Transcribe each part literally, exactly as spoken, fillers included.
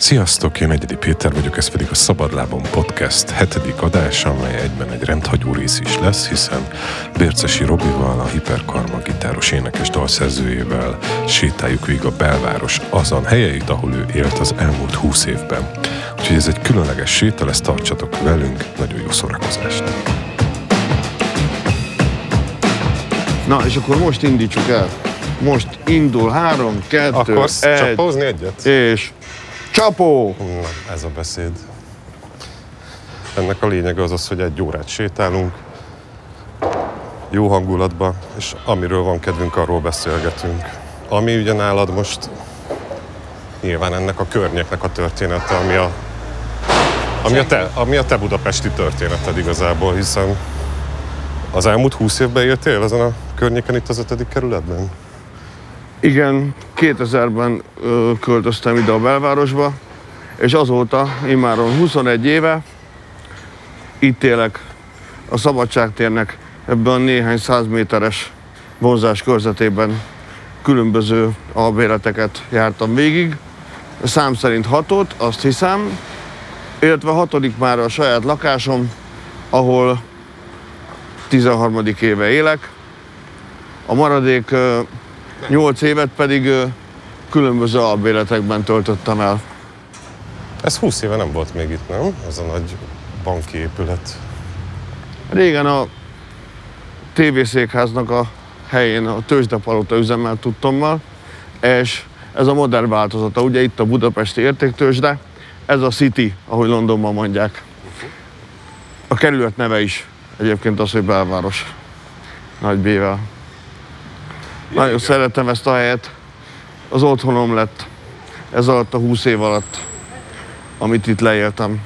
Sziasztok, én Egyedi Péter vagyok, ez pedig a Szabadlábon Podcast hetedik adása, amely egyben egy rendhagyó rész is lesz, hiszen Bércesi Robival, a Hiperkarma gitáros énekes dalszerzőjével sétáljuk végig a belváros azon helyeit, ahol ő élt az elmúlt húsz évben. Úgyhogy ez egy különleges séta lesz, tartsatok velünk, nagyon jó szórakozást! Na, és akkor most indítsuk el. Most indul három, kettő, Akarsz egy, csapózni egyet? és csapó! Na, ez a beszéd. Ennek a lényege az az, hogy egy órát sétálunk, jó hangulatba, és amiről van kedvünk, arról beszélgetünk. Ami ugye nálad most nyilván ennek a környéknek a története, ami a, ami a, te, ami a te budapesti történeted igazából, hiszen az elmúlt húsz évben éltél ezen a környéken itt az ötödik kerületben? Igen, kétezerben ö, költöztem ide a belvárosba, és azóta, immáron huszonegy éve itt élek a Szabadságtérnek ebben a néhány száz méteres vonzás körzetében. Különböző albérleteket jártam végig, szám szerint hatot, azt hiszem, illetve hatodik már a saját lakásom, ahol tizenharmadik éve élek. A maradék nyolc évet pedig különböző albérletekben töltöttem el. Ez húsz éve nem volt még itt, nem? Ez a nagy banki épület. Régen a tévészékháznak a helyén a tőzsdepalota üzemelt tudtommal, és ez a modern változata, ugye itt a budapesti értéktőzsde, ez a City, ahogy Londonban mondják. A kerület neve is egyébként az, hogy belváros, nagy B-vel. Nagyon szeretem ezt a helyet, az otthonom lett ez alatt a húsz év alatt, amit itt leéltem.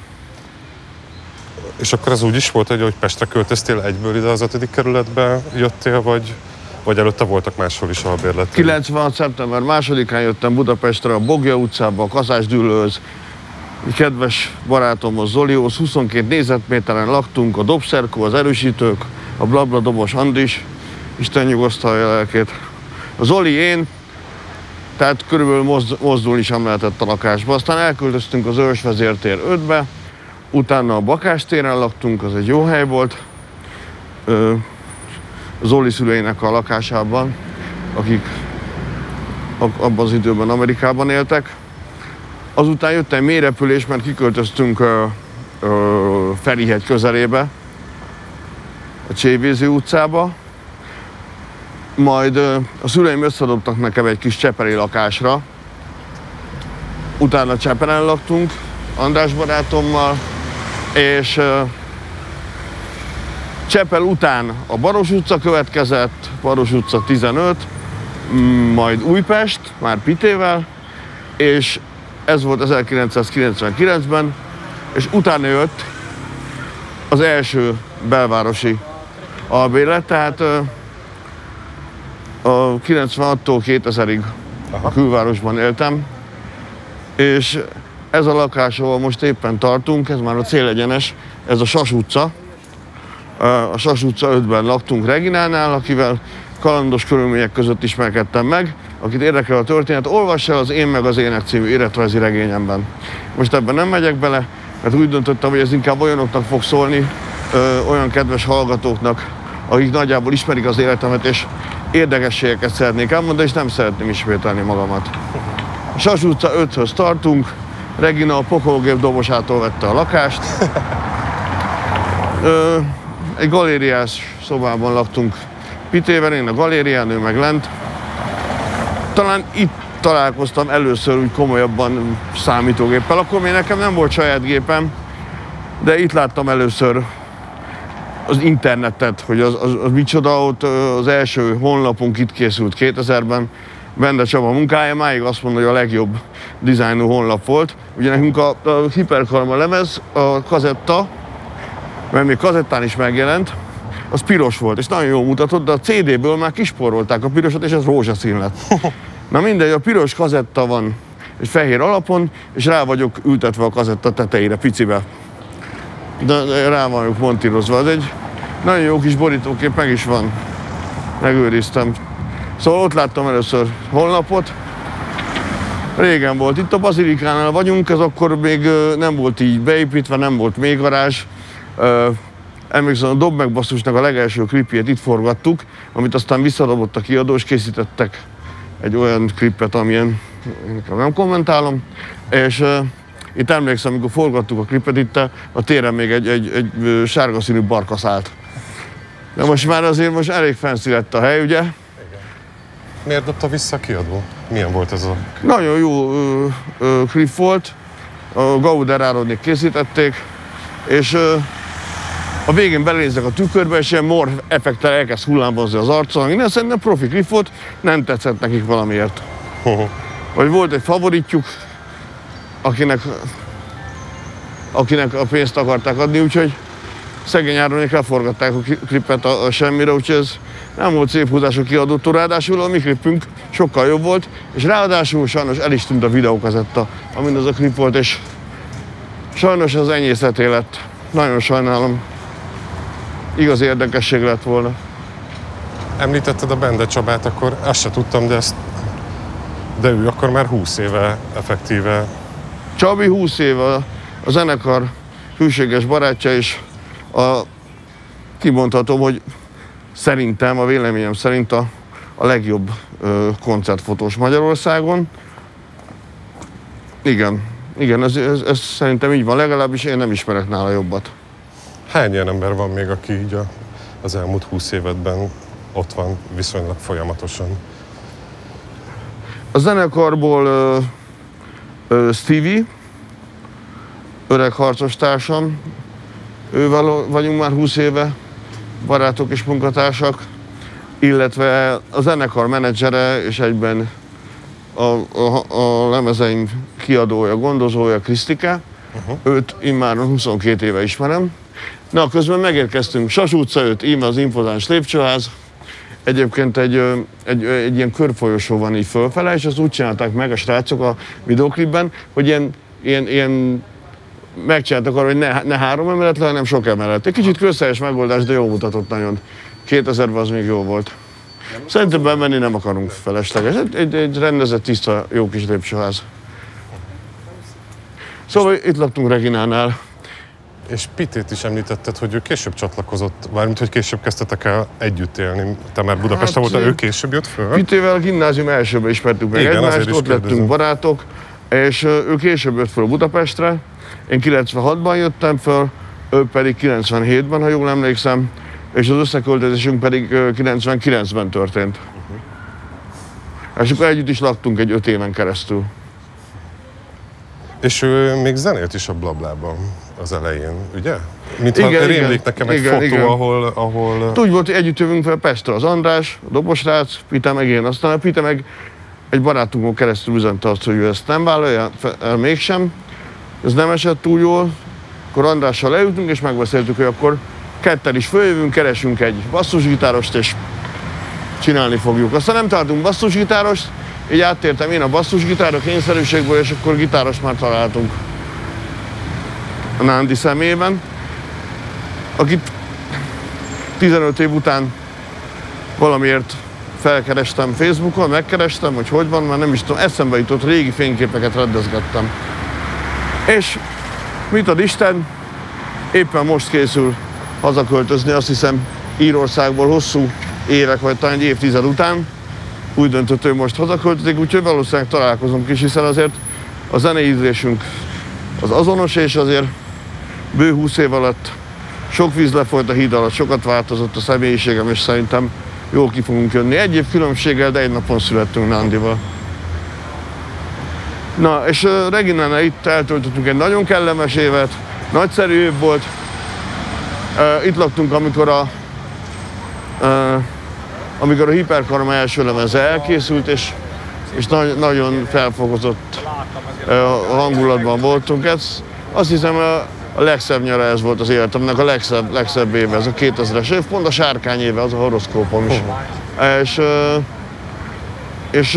És akkor ez úgy is volt, hogy ahogy Pestre költöztél, egyből ide az ötödik kerületbe jöttél, vagy, vagy előtte voltak máshol is albérletek? kilencvenhat. szeptember másodikán jöttem Budapestre, a Bogja utcába, a Kaszásdűlőhöz. Egy kedves barátomhoz, Zolihoz, huszonkét négyzetméteren laktunk, a Dobszerkó, az erősítők, a Blabla Dobos Andis, Isten nyugosztalja a lelkét. A Zoli, én, tehát körülbelül mozd, mozdulni sem lehetett a lakásba. Aztán elköltöztünk az Őrsvezértér ötbe, utána a Bakás téren laktunk, az egy jó hely volt. Ö, Zoli szüleinek a lakásában, akik abban az időben Amerikában éltek. Azután jött egy mélyrepülés, mert kiköltöztünk ö, ö, Ferihegy közelébe, a Csévézi utcába. Majd ö, a szüleim összedobtak nekem egy kis csepeli lakásra. Utána Csepelen laktunk, András barátommal, és ö, Csepel után a Baros utca következett, Baros utca tizenöt, majd Újpest, már Pitével, és ez volt ezerkilencszázkilencvenkilencben, és utána jött az első belvárosi albérlet, tehát ö, a kilencvenhattól kétezerig a külvárosban éltem, és ez a lakás, ahol most éppen tartunk, ez már a célegyenes, ez a Sas utca. A Sas utca ötben laktunk Reginánál, akivel kalandos körülmények között ismerkedtem meg. Akit érdekel a történet, olvassa el az Én meg az Ének című életrajzi regényemben. Most ebben nem megyek bele, mert úgy döntöttem, hogy ez inkább olyanoknak fog szólni, ö, olyan kedves hallgatóknak, akik nagyjából ismerik az életemet, és érdekességeket szeretnék elmondani, és nem szeretném ismételni magamat. A Sas utca öthöz tartunk, Regina a pokolgép dobosától vette a lakást. Ö, egy galériás szobában laktunk Pitével, én a galérián, ő meg lent. Talán itt találkoztam először úgy komolyabban számítógéppel, akkor még nekem nem volt saját gépem, de itt láttam először az internetet, hogy az, az, az micsoda, ott az első honlapunk itt készült kétezerben, Bende Csaba munkája, máig azt mondja, hogy a legjobb dizájnú honlap volt. Ugye nekünk a, a Hiperkarma lemez, a kazetta, mert még kazettán is megjelent, az piros volt, és nagyon jól mutatott, de a cé déből már kisporolták a pirosat, és ez rózsaszín lett. Na mindegy, a piros kazetta van egy fehér alapon, és rá vagyok ültetve a kazetta tetejére, picibe. De, de rá vagyok montírozva. Ez egy nagyon jó kis borítókép, meg is van. Megőriztem. Szóval ott láttam először honlapot, Régen volt. Itt a Bazilikánál vagyunk, ez akkor még nem volt így beépítve, nem volt még garázs. Emlékszem, a Dob meg basszusnak a legelső klipjét itt forgattuk, amit aztán visszadobott a kiadó, és készítettek egy olyan klipet, amilyen nekem nem kommentálom. És uh, itt emlékszem, amikor forgattuk a klipet, itt a, a téren még egy, egy, egy sárga színű barka szállt. De most már azért most elég fancy lett a hely, ugye? Igen. Miért dobta vissza a kiadó? Milyen volt ez a... Nagyon jó ö, ö, klip volt. A Gauder Áronnék készítették, és ö, a végén belenézek a tükörbe, és ilyen mor effektel elkezd hullámhozni az arcon. Minden szerintem profi klip volt, nem tetszett nekik valamiért. Vagy volt egy favoritjuk, akinek, akinek a pénzt akarták adni, úgyhogy szegény Áronék leforgatták a klipet a, a semmire, úgyhogy ez nem volt szép húzás a kiadótól, ráadásul a mi klipünk sokkal jobb volt, és ráadásul sajnos el is tűnt a videókazetta, amin az a klip volt, és sajnos az enyészeté lett. Nagyon sajnálom. Igaz érdekesség lett volna. Említetted a Bende Csabát, akkor azt se tudtam, de ezt de ő akkor már húsz éve effektíve. Csabi húsz éve a zenekar hűséges barátja, és a, kimondhatom, hogy szerintem, a véleményem szerint a, a legjobb ö, koncertfotós Magyarországon. Igen, igen, ez, ez, ez szerintem így van, legalábbis én nem ismerek nála jobbat. Hány ilyen ember van még, aki így a, az elmúlt húsz évedben ott van viszonylag folyamatosan? A zenekarból ö, ö, Stevie, öreg harcos társam, ővel vagyunk már húsz éve, barátok és munkatársak, illetve a zenekar menedzsere és egyben a, a, a lemezeim kiadója, gondozója, Krisztike. Uh-huh. Őt immáron huszonkét éve ismerem. Na, közben megérkeztünk Sas utca öt, íme az impozáns lépcsőház. Egyébként egy, egy, egy ilyen körfolyosó van így fölfele, és azt úgy csinálták meg a srácok a videóklipben, hogy ilyen, ilyen, ilyen megcsináltak arra, hogy ne, ne három emelet le, hanem sok emelet. Egy kicsit közszeres megoldás, de jól mutatott nagyon. kétezerben az még jó volt. Szerintem bemenni nem akarunk felesleges. Egy, egy, egy rendezett, tiszta, jó kis lépcsőház. Szóval itt laktunk Reginánál. És Pitét is említetted, hogy ő később csatlakozott, mármint hogy később kezdtetek el együtt élni. Te már Budapesten hát, voltál, ő később jött föl? Pitével a gimnázium elsőben ismertük meg igen, egymást, ott lettünk kérdezem. barátok, és ő később jött föl Budapestre. Én kilencvenhatban jöttem föl, ő pedig kilencvenhétben, ha jól emlékszem, és az összeköltözésünk pedig kilencvenkilencben történt. Uh-huh. És akkor együtt is laktunk egy öt éven keresztül. És ő még zenélt is a Blablában az elején, ugye? Mintha rémlik nekem egy igen, fotó, igen. ahol... ahol... Úgy volt, hogy együtt jövünk fel Pestre, az András, a dobosrác, Pite meg én. Aztán a Pite meg egy barátunkon keresztül üzente azt, hogy ő ezt nem vállalja, el mégsem. Ez nem esett túl jól. Akkor Andrással leültünk, és megbeszéltük, hogy akkor ketten is följövünk, keresünk egy basszusgitárost, és csinálni fogjuk. Aztán nem találtunk basszusgitárost, így áttértem én a basszusgitárra kényszerűségből, és akkor gitárost már találtunk a Nándi szemében, akit tizenöt év után valamiért felkerestem Facebookon, megkerestem, hogy hogy van, már nem is tudom, eszembe jutott, régi fényképeket rendezgettem. És mit ad Isten, éppen most készül hazaköltözni, azt hiszem Írországból hosszú évek, vagy talán egy évtized után. Úgy döntött, hogy most hazaköltözik, úgyhogy valószínűleg találkozunk is, hiszen azért a zenei ízlésünk az azonos, és azért bő húsz év alatt sok víz lefolyt a híd alatt, sokat változott a személyiségem, és szerintem jól ki fogunk jönni. Egy év különbséggel, de egy napon születtünk Nándival. Na, és uh, Reginánál itt eltöltöttünk egy nagyon kellemes évet, nagyszerű év volt. Uh, itt laktunk, amikor a, uh, amikor a Hiperkarma első lemeze elkészült, és, és na- nagyon felfokozott uh, hangulatban voltunk. Ez, azt hiszem, uh, a legszebb nyara ez volt az életemnek, a legszebb, legszebb éve, ez a kétezres év, pont a sárkány éve, az a horoszkópom is. Uh, és uh, és uh,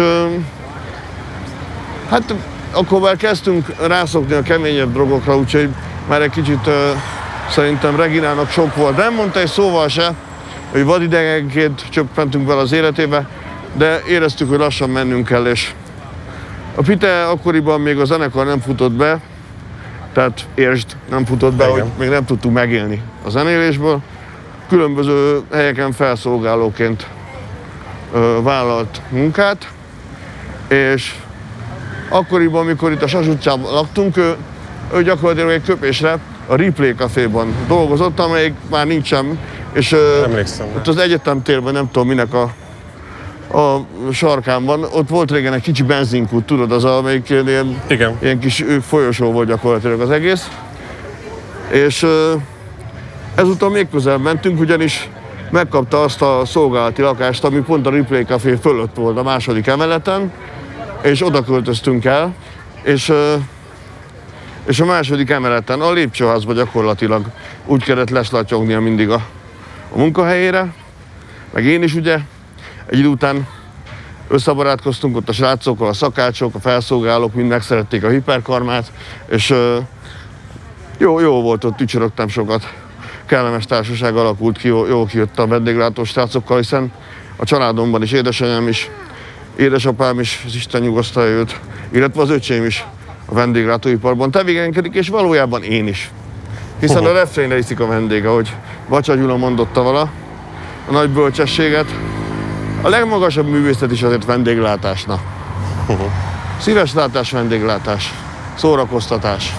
hát akkor már kezdtünk rászokni a keményebb drogokra, úgyhogy már egy kicsit uh, szerintem Reginának sok volt. Nem mondta egy szóval se, hogy vadidegenként csöppentünk bele az életébe, de éreztük, hogy lassan mennünk kell, és A Pite akkoriban még a zenekar nem futott be, tehát értsd, nem futott be, Igen. hogy még nem tudtuk megélni a zenélésből. Különböző helyeken felszolgálóként ö, vállalt munkát, és akkoriban, amikor itt a Sas utcában laktunk, ő, ő gyakorlatilag egy köpésre a Replay Caféban dolgozott, amelyik már nincsen, és ö, Emlékszem. ott az egyetem térben, nem tudom minek a, a sarkán van, ott volt régen egy kicsi benzinkút, tudod, az amelyik ilyen, Igen. ilyen kis ö, folyosó volt gyakorlatilag az egész. És ö, ezúttal még közel mentünk, ugyanis megkapta azt a szolgálati lakást, ami pont a Replay Café fölött volt a második emeleten, és oda költöztünk el, és, ö, és a második emeleten, a lépcsőházba gyakorlatilag úgy kellett leslatyognia mindig a, a munkahelyére, meg én is ugye. Egy idő után összebarátkoztunk ott a srácokkal, a szakácsok, a felszolgálók, mind megszerették a hiperkarmát, és ö, jó, jó volt ott, ücsörögtem sokat. Kellemes társaság alakult ki, jó, jó kijött a vendéglátós srácokkal, hiszen a családomban is édesanyám is, édesapám is, az Isten nyugosztalja őt, illetve az öcsém is a vendéglátóiparban tevékenykedik, és valójában én is. Hiszen a refrénre iszik a vendég, ahogy Bacsa Gyula mondotta vala, a nagy bölcsességet. A legmagasabb művészet is azért vendéglátásna. Szíves látás, vendéglátás, szórakoztatás.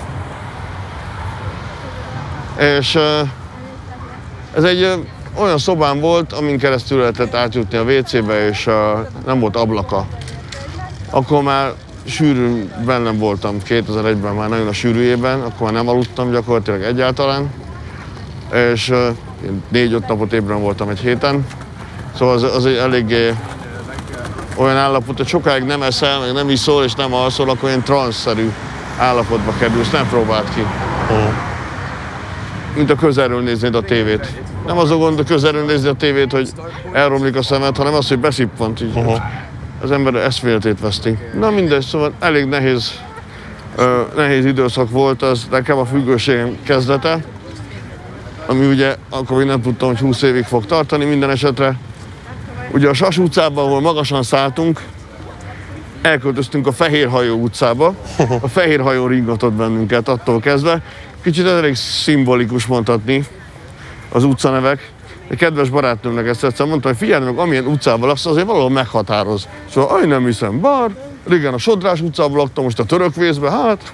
És ez egy olyan szobám volt, amin keresztül lehetett átjutni a vé cébe, és nem volt ablaka. Akkor már sűrűn bennem voltam, kétezer-egyben már nagyon a sűrűjében, akkor már nem aludtam gyakorlatilag egyáltalán. És négy-öt napot ébren voltam egy héten. Szóval az, az egy eléggé olyan állapot, hogy sokáig nem eszel, meg nem iszol, és nem alszol, akkor ilyen transzszerű állapotba kerülsz, nem próbáld ki. Uh-huh. Mint a közelről néznéd a tévét. Nem az a gond, hogy közelről nézni a tévét, hogy elromlik a szemed, hanem az, hogy beszippant így. Uh-huh. Az ember eszméletét veszti. Na mindegy, szóval elég nehéz, uh, nehéz időszak volt, az nekem a függőségem kezdete, ami ugye akkor még nem tudtam, hogy húsz évig fog tartani minden esetre. Ugye a Sas utcában, ahol magasan szálltunk, elköltöztünk a Fehérhajó utcába. A Fehérhajó ringatott bennünket attól kezdve. Kicsit elég szimbolikus mondhatni az utcanevek. Egy kedves barátnőmnek ezt egyszer mondtam, hogy figyelj meg, amilyen utcában laksz, azért valahol meghatároz. Szóval, aj, nem hiszem, bár, régen a Sodrás utcában laktam, most a Törökvészben, hát.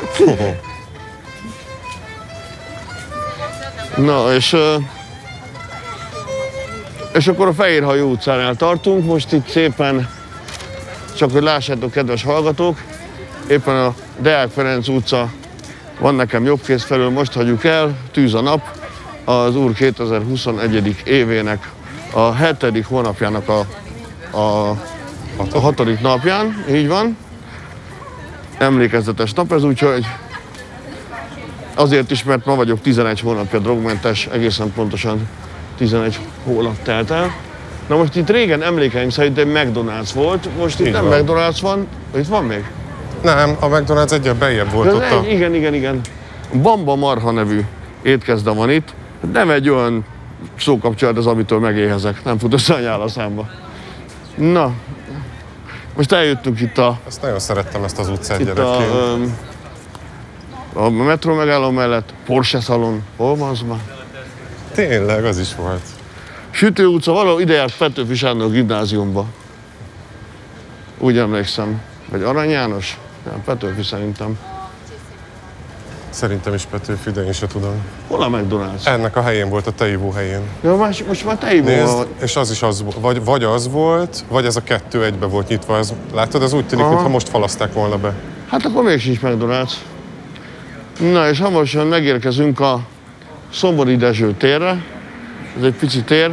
Na, és, és akkor a Fehérhajó utcánál tartunk, most itt szépen, csak hogy lássátok, kedves hallgatók, éppen a Deák Ferenc utca van nekem jobbkész felől, most hagyjuk el, tűz a nap, az Úr kétezer-huszonegyedik évének a hetedik hónapjának a, a, a hatodik napján, így van. Emlékezetes nap ez, úgyhogy azért is, mert ma vagyok tizenegy hónapja drogmentes, egészen pontosan tizenegy hónap telt el. Na most itt régen emlékeim szerint egy McDonald's volt, most itt így nem van. McDonald's van, itt van még? Nem, a McDonald's egyel beljebb volt De ott a... egy, igen, igen, igen. Bamba Marha nevű étkezde van itt. Nem egy olyan szókapcsolat az, amitől megéhezek. Nem fut össze a nyál a számba. Na, most eljöttünk itt a... Ezt nagyon szerettem, ezt az utcát Itt a, gyerekként. öm, a metró megálló mellett, Porsche szalon. Hol van az már? Tényleg, az is volt. Sütő utca, valahol ide járt Petőfi Sándor gimnáziumba. Úgy emlékszem. Vagy Arany János? Nem, Petőfi szerintem. Szerintem is Petőfi, de én se tudom. Hol a McDonald's? Ennek a helyén volt, a Teivó helyén. Ja, más, most már teivó Nézd, van. és az is az volt, vagy, vagy az volt, vagy ez a kettő egybe volt nyitva. Ez, látod, ez úgy tűnik, Aha. mintha most falaszták volna be. Hát akkor még sincs McDonald's. Na és hamarosan megérkezünk a Szombori Dezső térre. Ez egy pici tér.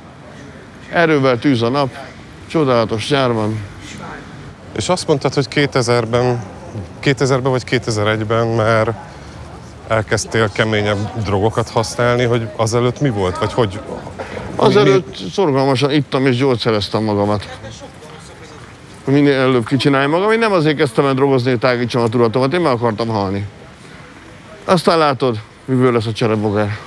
Erővel tűz a nap. Csodálatos nyár van. És azt mondtad, hogy kétezerben, kétezerben vagy kétezer-egyben már elkezdtél keményebb drogokat használni, hogy azelőtt mi volt? Vagy hogy... Azelőtt szorgalmasan ittam és gyógyszereztem magamat. Minél előbb kicsinálj magam. Én nem azért kezdtem el drogozni, hogy tágítsam a tudatomat, én meg akartam halni. Aztán látod, miből lesz a cserebogár.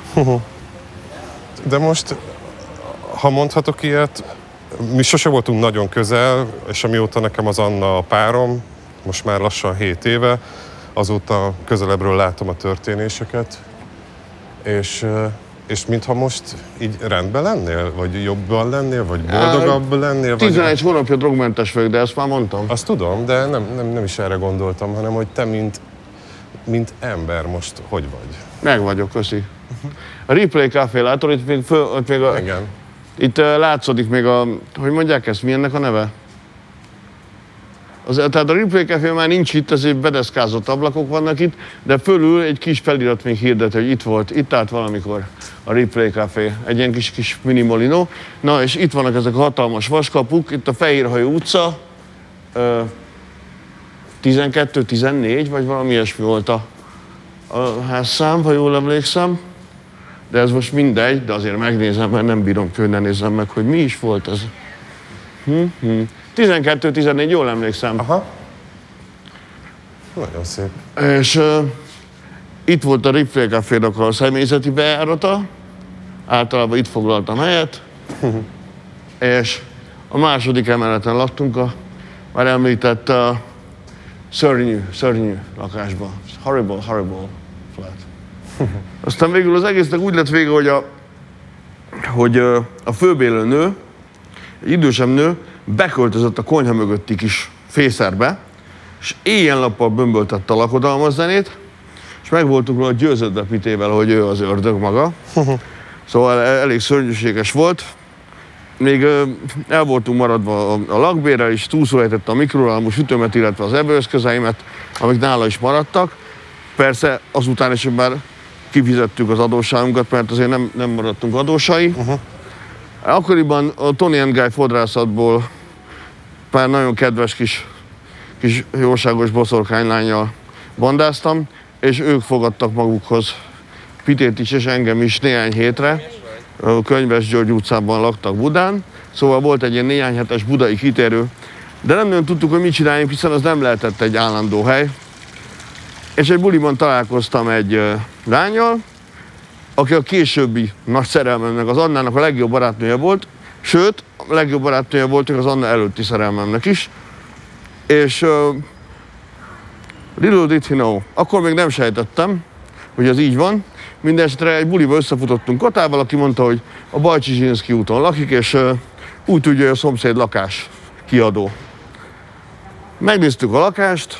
De most, ha mondhatok ilyet, mi sose voltunk nagyon közel, és amióta nekem az Anna a párom, most már lassan hét éve, azóta közelebbről látom a történéseket, és, és mintha most így rendben lennél, vagy jobban lennél, vagy boldogabb lennél? tizenegy vagy... hónapja drogmentes vagyok, de ezt már mondtam. Azt tudom, de nem, nem, nem is erre gondoltam, hanem hogy te, mint, mint ember most hogy vagy? Meg vagyok, köszi. A Replay Café, látod, itt még, föl, itt még a... Igen. Itt uh, látszódik még a... Hogy mondják ezt? Mi ennek a neve? Az, tehát a Replay Café már nincs itt, ezért bedeszkázott ablakok vannak itt, de fölül egy kis felirat még hirdet, hogy itt volt, itt állt valamikor a Replay Café, egy ilyen kis, kis mini molino. Na, és itt vannak ezek a hatalmas vaskapuk, itt a Fehérhajó utca, uh, tizenkettő tizennégy, vagy valami ilyesmi volt a, a házszám, ha jól emlékszem. De ez most mindegy, de azért megnézem, mert nem bírom, hogy ne nézzem meg, hogy mi is volt ez. Hm, hm. tizenkettő tizennégy, jól emlékszem. Aha. Nagyon szép. És uh, itt volt a Replay Cafénak a személyzeti bejárata. Általában itt foglaltam helyet. És a második emeleten laktunk a már említett uh, szörnyű, szörnyű lakásban. Horrible, horrible flat. Aztán végül az egésznek úgy lett vége, hogy a, hogy uh, a főbélő nő, egy idősebb nő, beköltözött a konyha mögötti kis fészerbe, és éjjel-nappal bömböltette a lakodalmazzenét, és meg voltunk róla győződve Pitével, hogy ő az ördög maga. Szóval elég szörnyűséges volt. Még el voltunk maradva a lakbérrel, és túlszólejtette a mikroálmú sütőmet, illetve az evőeszközeimet, amik nála is maradtak. Persze azután is már kifizettük az adósságunkat, mert azért nem, nem maradtunk adósai. Uh-huh. Akkoriban a Tony and Guy fodrászatból pár nagyon kedves kis, kis jóságos boszorkánylánnyal bandáztam, és ők fogadtak magukhoz Pitét is és engem is néhány hétre. A Könyves György utcában laktak Budán, szóval volt egy ilyen néhány hetes budai kitérő, de nem nagyon tudtuk, hogy mit csináljunk, hiszen az nem lehetett egy állandó hely. És egy buliban találkoztam egy lánnyal, aki a későbbi nagy szerelmemnek, az Annának a legjobb barátnője volt, sőt, a legjobb barátnője volt az Anna előtti szerelmemnek is. És uh, little did he know, akkor még nem sejtettem, hogy ez így van. Mindenesetre egy buliba összefutottunk Katával, aki mondta, hogy a Bajcsi Zsinszky úton lakik, és uh, úgy tudja, hogy a szomszéd lakás kiadó. Megnéztük a lakást,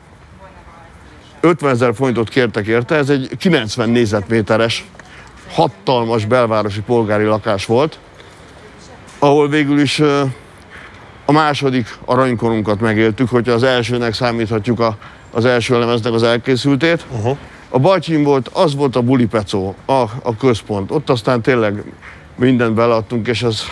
ötvenezer forintot kértek érte, ez egy kilencven négyzetméteres, hatalmas belvárosi polgári lakás volt, ahol végül is uh, a második aranykorunkat megéltük, hogyha az elsőnek számíthatjuk a, az első lemeznek az elkészültét. Uh-huh. A Bajcsin volt, az volt a bulipecó, a, a központ. Ott aztán tényleg mindent beleadtunk, és az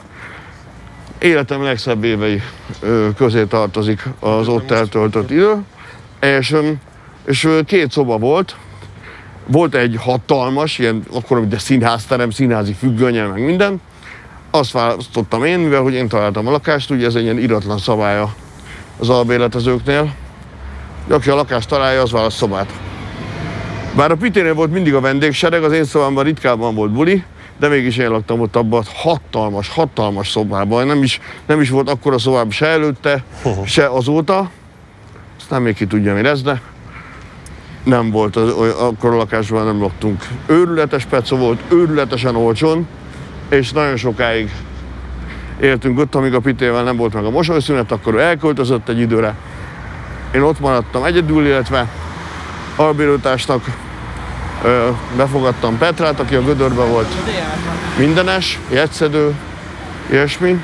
életem legszebb évei ö, közé tartozik az ott eltöltött idő. És, és két szoba volt. Volt egy hatalmas, ilyen akkor, de színházterem, színházi függönnyel, meg minden. Azt választottam én, mivel hogy én találtam a lakást, ugye ez egy ilyen iratlan szabálya az albérletezőknél. De aki a lakást találja, az választ szobát. Bár a Piténél volt mindig a vendégsereg, az én szobámban ritkában volt buli, de mégis én laktam ott abban hatalmas, hatalmas szobában. Nem is, nem is volt akkora szobában se előtte, se azóta. Aztán még ki tudja, mi lesz, de nem volt, az, akkor a lakásban nem laktunk. Őrületes pecó volt, őrületesen olcsón, és nagyon sokáig éltünk ott, amíg a Pitével nem volt meg a mosolyszünet, akkor ő elköltözött egy időre. Én ott maradtam egyedül, illetve albérőtársnak ö, befogadtam Petrát, aki a Gödörben volt mindenes, jegyszedő, ilyesmi.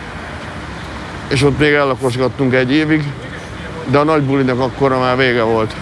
És ott még ellakosgattunk egy évig, de a nagy bulinak akkora már vége volt.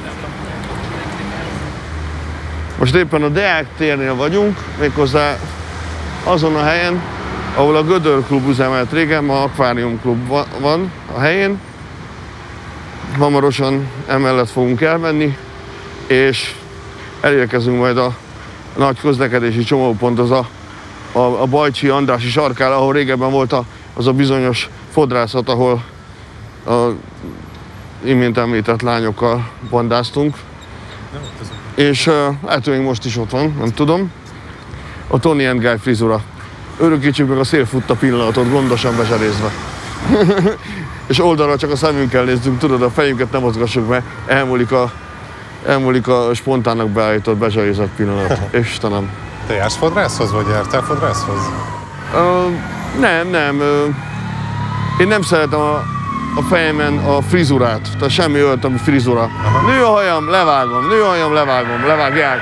Most éppen a Deák térnél vagyunk, méghozzá azon a helyen, ahol a Gödör klub üzemelt régen, ma Akvárium klub van a helyén. Hamarosan emellett fogunk elmenni, és elérkezünk majd a nagy közlekedési csomóponthoz, a, a, a Bajcsi Andrássy sarkál, ahol régebben volt a, az a bizonyos fodrászat, ahol a imént említett lányokkal bandáztunk. És uh, hát még most is ott van, nem tudom. A Tony and Guy frizura. Örökítsük meg a szélfutta pillanatot, gondosan bezserézve. és oldalra csak a szemünkkel nézzünk, tudod, a fejünket nem mozgassuk, mert elmúlik a, elmúlik a spontánnak beállított, bezsarizett pillanat. Istenem. Te jársz fodrászhoz, vagy jártál fodrászhoz? Ö, nem, nem. Ö, én nem szeretem a, a fejemen a frizurát, tehát semmi olyat, ami frizura. Aha. Nő a hajam, levágom, nő a hajam, levágom, levágják.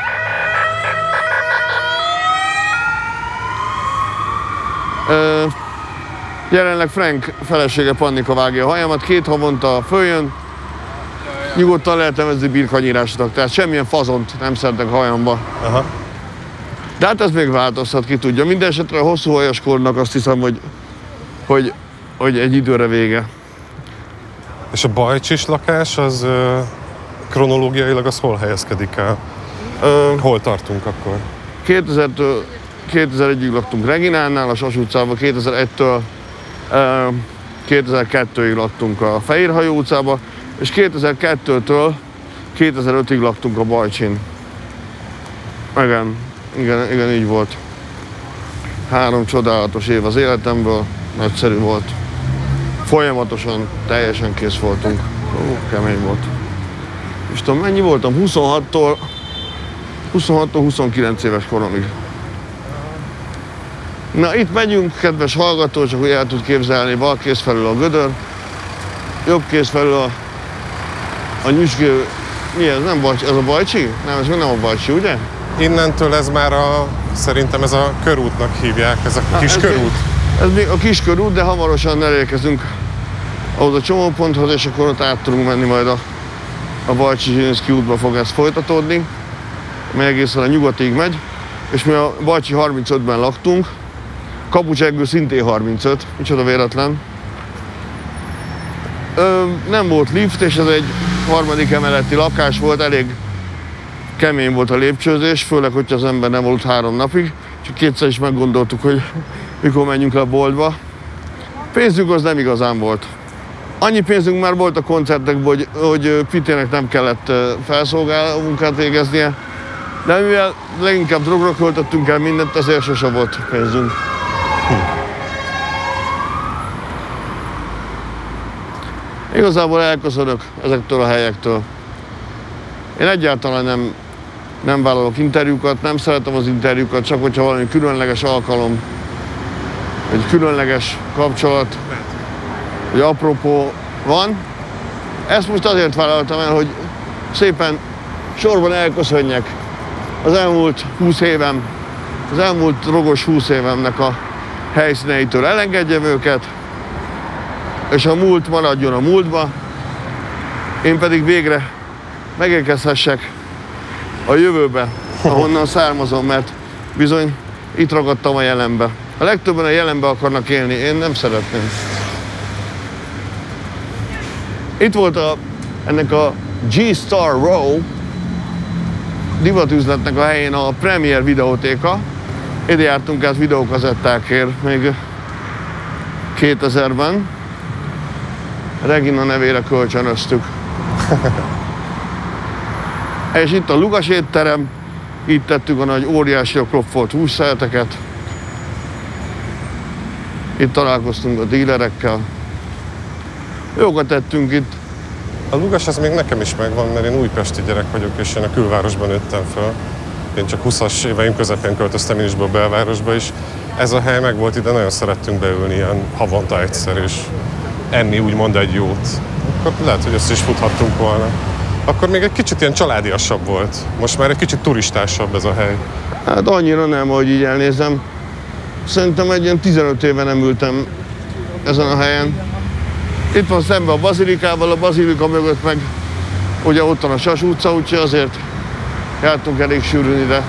Ö, jelenleg Frank felesége Pannika vágja a hajamat, két havonta följön, nyugodtan lehet nevezni birkanyírásnak, tehát semmilyen fazont nem szeretek a hajamba. Aha. De hát ez még változhat, ki tudja. Mindenesetre a hosszú hajas kornak azt hiszem, hogy, hogy, hogy egy időre vége. És a bajcsis lakás, az ö, kronológiailag az hol helyezkedik el? Ö, hol tartunk akkor? kétezertől kétezer-egyig laktunk Reginánál, a Sas utcában, kétezer-egytől kétezer-kettőig laktunk a Fehérhajó utcában, és kétezer-kettőtől kétezer-ötig laktunk a Bajcsin. Igen, igen, igen, így volt. Három csodálatos év az életemből, nagyszerű volt. Folyamatosan, teljesen kész voltunk. Ó, kemény volt. És tudom, mennyi voltam? huszonhattól huszonkilenc éves koromig. Na, itt megyünk, kedves hallgató, csak hogy el tud képzelni, bal kéz felül a gödör, jobb kéz felül a, a nyüzsgő, mi ez, nem Bajcsi, ez a Bajcsi? Nem, ez nem a Bajcsi, ugye? Innentől ez már a, szerintem ez a körútnak hívják, ez a Na, kis ez körút. Még, ez még a kis körút, de hamarosan elérkezünk ahhoz a csomóponthoz, és akkor ott át tudunk menni majd a, a Bajcsi-Zsilinszky útba fog ez folytatódni, mely egészen a nyugatig megy, és mi a Bajcsi harmincötben laktunk, Kapucs-Eggő szintén harmincöt, micsoda véletlen. Ö, nem volt lift, és ez egy harmadik emeleti lakás volt, elég kemény volt a lépcsőzés, főleg, hogyha az ember nem volt három napig. Csak kétszer is meggondoltuk, hogy mikor menjünk le a boltba. Pénzünk az nem igazán volt. Annyi pénzünk már volt a koncertekben, hogy, hogy Pitének nem kellett felszolgáló munkát végeznie, de mivel leginkább drogra költöttünk el mindent, azért sose volt pénzünk. Hm. Igazából elköszönök ezektől a helyektől. Én egyáltalán nem, nem vállalok interjúkat, nem szeretem az interjúkat, csak hogyha valami különleges alkalom, egy különleges kapcsolat, vagy apropó van. Ezt most azért vállaltam el, hogy szépen sorban elköszönjek az elmúlt húsz évem, az elmúlt rogos húsz évemnek a helyszíneitől, elengedjem őket, és a múlt maradjon a múltba, én pedig végre megérkezhessek a jövőbe, ahonnan származom, mert bizony itt ragadtam a jelenbe. A legtöbben a jelenbe akarnak élni, én nem szeretném. Itt volt a, ennek a G-Star Row divatüzletnek a helyén a Premier videótéka. Ide jártunk át videókazettákért még kétezerben. Regina nevére kölcsönöztük. És itt a Lugas étterem, itt tettük a nagy óriási kropfolt hússzeleteket. Itt találkoztunk a dílerekkel. Jókat tettünk itt. A Lugas az még nekem is megvan, mert én újpesti gyerek vagyok, és én a külvárosban nőttem föl. Én csak húszas éveim közepén költöztem én is be a belvárosba is. Ez a hely meg volt, ide nagyon szerettünk beülni ilyen havonta egyszer, és enni úgymond egy jót. Akkor lehet, hogy ezt is futhattunk volna. Akkor még egy kicsit ilyen családiasabb volt. Most már egy kicsit turistásabb ez a hely. Hát annyira nem, hogy így elnézem. Szerintem egy ilyen tizenöt éve nem ültem ezen a helyen. Itt van szemben a bazilikával, a bazilika mögött meg ugye ott van a Sas utca, úgyhogy azért jártunk elég sűrűn ide.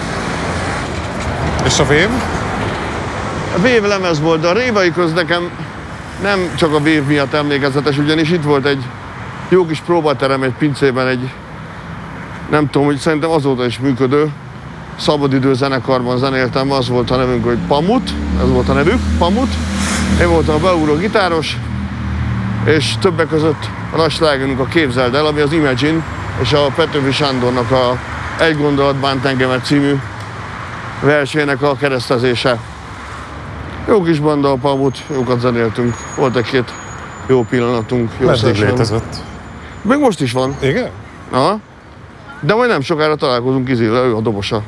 És a Vév? A Vév lemez volt, de a Révai köz nekem nem csak a Vév miatt emlékezetes, ugyanis itt volt egy jó kis próbaterem egy pincében, egy nem tudom, hogy szerintem azóta is működő szabadidő zenekarban zenéltem, az volt a nevünk, hogy Pamut, ez volt a nevük, Pamut. Én voltam a beugró gitáros, és többek között a nagy slágerünk a Képzeld el, ami az Imagine és a Petőfi Sándornak a Egy gondolat bánt engemet című versének a keresztezése. Jó kis banda a Pamut, jókat zenéltünk. Volt egy-két jó pillanatunk. Jó Meddig session. létezett? Még most is van. Igen? Aha. De majd nem sokára találkozunk Izével, ő a dobosa.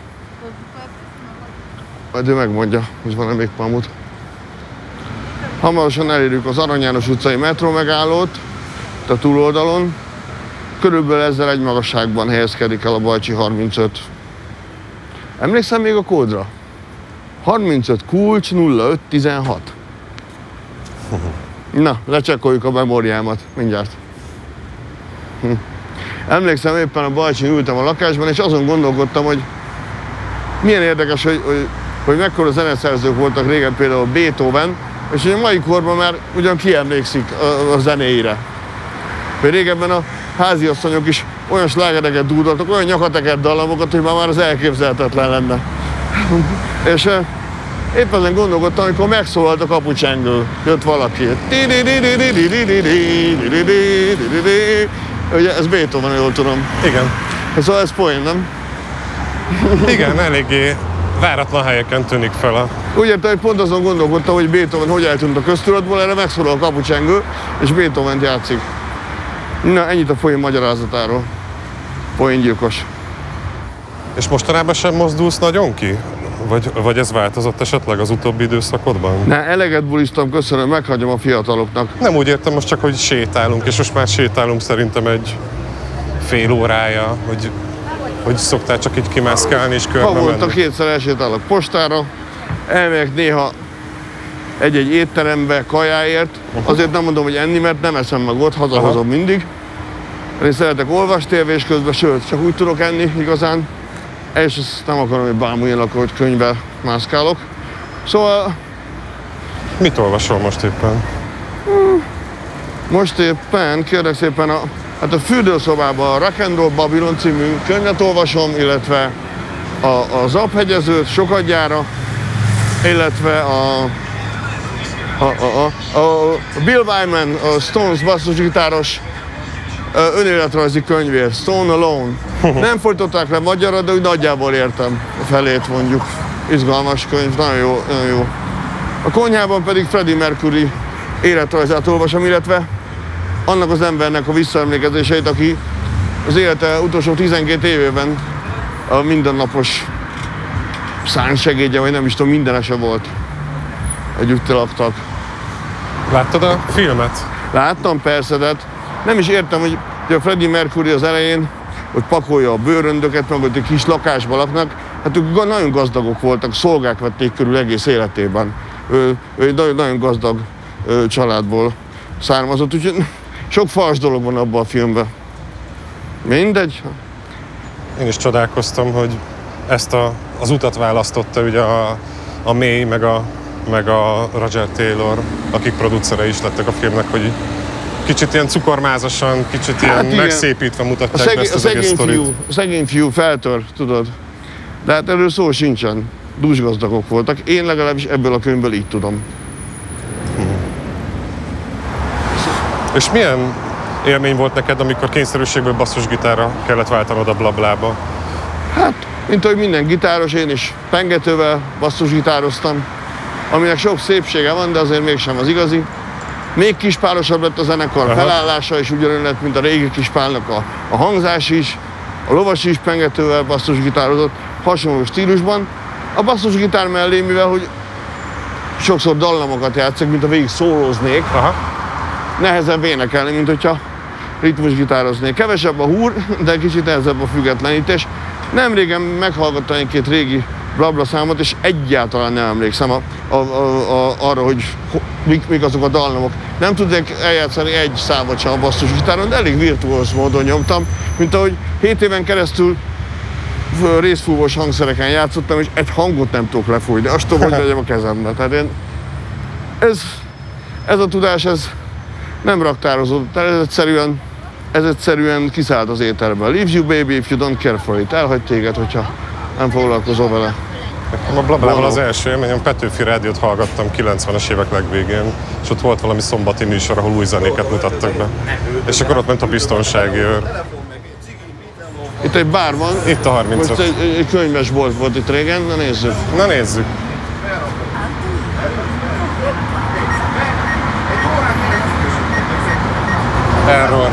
Majd ő megmondja, hogy van-e még pamut. Hamarosan elérjük az Arany János utcai metró megállót, a túloldalon. Körülbelül ezzel egy magasságban helyezkedik el a Bajcsi harmincöt. Emlékszem még a kódra? harmincöt kulcs nulla öt tizenhat. Na, lecsekkoljuk a memóriámat mindjárt. Hm. Emlékszem, éppen a Bajcsin ültem a lakásban, és azon gondolkodtam, hogy milyen érdekes, hogy, hogy, hogy mekkora zeneszerzők voltak régen, például Beethoven, és hogy a mai korban már ugyan ki emlékszik a, a zenéire. Hogy régebben a háziasszonyok is olyan slágereket dúdoltak, olyan nyakatekert dallamokat, hogy már, már az elképzelhetetlen lenne. És uh, épp ezen gondolkodtam, amikor megszólalt a kapucsengő, jött valaki. Ugye ez Beethoven, jól tudom. Igen. Szóval ez poén, nem? Igen, eléggé váratlan helyeken tűnik fel a... Úgy értem, hogy pont azon gondolkodtam, hogy Beethoven hogy eltűnt a köztudatból, erre megszólal a kapucsengő, és Beethovent játszik. Na, ennyit a poén magyarázatáról. Poéngyilkos. És mostanában sem mozdulsz nagyon ki? Vagy, vagy ez változott esetleg az utóbbi időszakodban? Ne, eleget buliztam, köszönöm, meghagyom a fiataloknak. Nem úgy értem most csak, hogy sétálunk, és most már sétálunk szerintem egy fél órája, hogy, hogy szoktál csak így kimászkálni és körbe Havonta menni. kétszer elsétálok postára, elmegyek néha egy-egy étterembe kajáért. Azért nem mondom, hogy enni, mert nem eszem meg ott, hazahozom mindig. Én szeretek olvasni tévés közben, sőt, csak úgy tudok enni igazán. És ezt nem akarom, hogy bámuljanak, hogy könyvvel mászkálok. Szóval Mit olvasol most éppen? most éppen, kérlek szépen, a, hát a fürdőszobában a Rock and Roll Babylon című könyvet olvasom, illetve a, a Zaphegyezőt sokadjára, illetve a, a, a, a, a Bill Wyman, a Stones basszusgitáros önéletrajzi könyvért, Stone Alone. Nem folytották le magyarra, de úgy nagyjából értem a felét mondjuk. Izgalmas könyv, nagyon jó, nagyon jó. A konyhában pedig Freddie Mercury életrajzát olvasom, illetve annak az embernek a visszaemlékezéseit, aki az élete utolsó tizenkét évében a mindennapos szánsegédje, vagy nem is tudom, mindenese volt. Együtt laktak. Láttad a filmet? Láttam persze, de hát nem is értem, hogy a Freddie Mercury az elején, hogy pakolja a bőröndöket, meg hogy egy kis lakásban laknak, hát ők nagyon gazdagok voltak, szolgák vették körül egész életében. Ő, ő egy nagyon, nagyon gazdag ő, családból származott, úgyhogy sok fals dolog van abban a filmben. Mindegy. Én is csodálkoztam, hogy ezt a, az utat választotta ugye a, a May, meg a, meg a Roger Taylor, akik producere is lettek a filmnek, hogy kicsit ilyen cukormázasan, kicsit ilyen hát megszépítve A, mutatják szeg, be ezt a az egész szegény, sztorit. fiú, a szegény fiú feltör, tudod. De hát erről szó sincsen. Dúsgazdagok voltak. Én legalábbis ebből a könyvből így tudom. És milyen élmény volt neked, amikor kényszerűségből basszusgitárra kellett váltanod a blablába? Hát, mint ahogy minden gitáros, én is pengetővel basszusgitároztam, aminek sok szépsége van, de azért mégsem az igazi. Még kispálosabb lett a zenekar Aha. felállása, és ugyanolyan lett, mint a régi kispálnak a, a hangzás is. A lovas is pengetővel basszusgitározott, hasonló stílusban. A basszusgitár mellé, mivel hogy sokszor dallamokat játszik, mint a végig szólóznék, Aha. nehezebb énekelni, mint hogyha ritmusgitároznék. Kevesebb a húr, de kicsit nehezebb a függetlenítés. Nemrégen meghallgattam egy-két régi blabla számot, és egyáltalán nem emlékszem a, a, a, a, arra, hogy mik, mik azok a dallamok. Nem tudnék eljátszani egy számot sem a basszusgitáron, de elég virtuóz módon nyomtam, mint ahogy hét éven keresztül részfúvós hangszereken játszottam, és egy hangot nem tudok lefújni. Azt tudom, hogy vegyem a kezembe. Tehát én, ez, ez a tudás, ez nem raktározódott, ez egyszerűen, ez egyszerűen kiszállt az éterből. Leaves you baby if you don't care for it. Elhagy téged, hogyha nem foglalkozol vele. A blablával az első élményem, Petőfi Rádiót hallgattam kilencvenes évek legvégén, és ott volt valami szombati műsor, ahol új zenéket mutattak be. És akkor ott ment a biztonsági őr. Itt egy bár van. Itt a harmincöt. Most egy, egy könyvesbolt volt itt régen, na nézzük. Na nézzük. Error.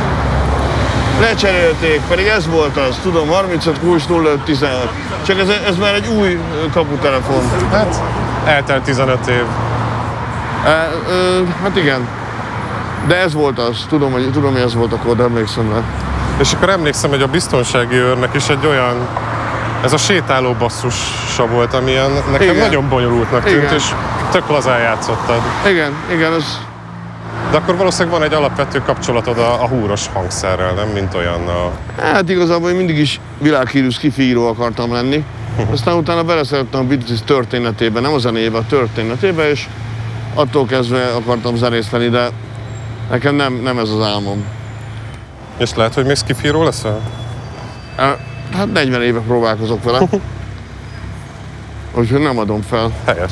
Lecserélték, pedig ez volt az, tudom, harmincöt kulcs nulla öt tizenhat. Csak ez, ez már egy új kaputelefon. Hát, eltelt tizenöt év. E, ö, hát igen. De ez volt az, tudom, hogy, tudom, hogy ez volt akkor, de emlékszem rá. És akkor emlékszem, hogy a biztonsági őrnek is egy olyan, ez a sétáló basszusa volt, ami ilyen, nekem Igen. nagyon bonyolultnak tűnt, Igen. és tök lazán játszottad. Igen, igen, ez... De akkor valószínűleg van egy alapvető kapcsolatod a, a húros hangszerrel, nem? Mint olyannal. Hát igazából én mindig is világhírű skifi-író akartam lenni. Aztán utána beleszerettem a Beatles történetébe, nem a zenébe, a történetébe, és attól kezdve akartam zenészteni, de nekem nem, nem ez az álmom. És lehet, hogy még skifíró leszel? Hát negyven éve próbálkozok vele. Úgyhogy nem adom fel. Helyes.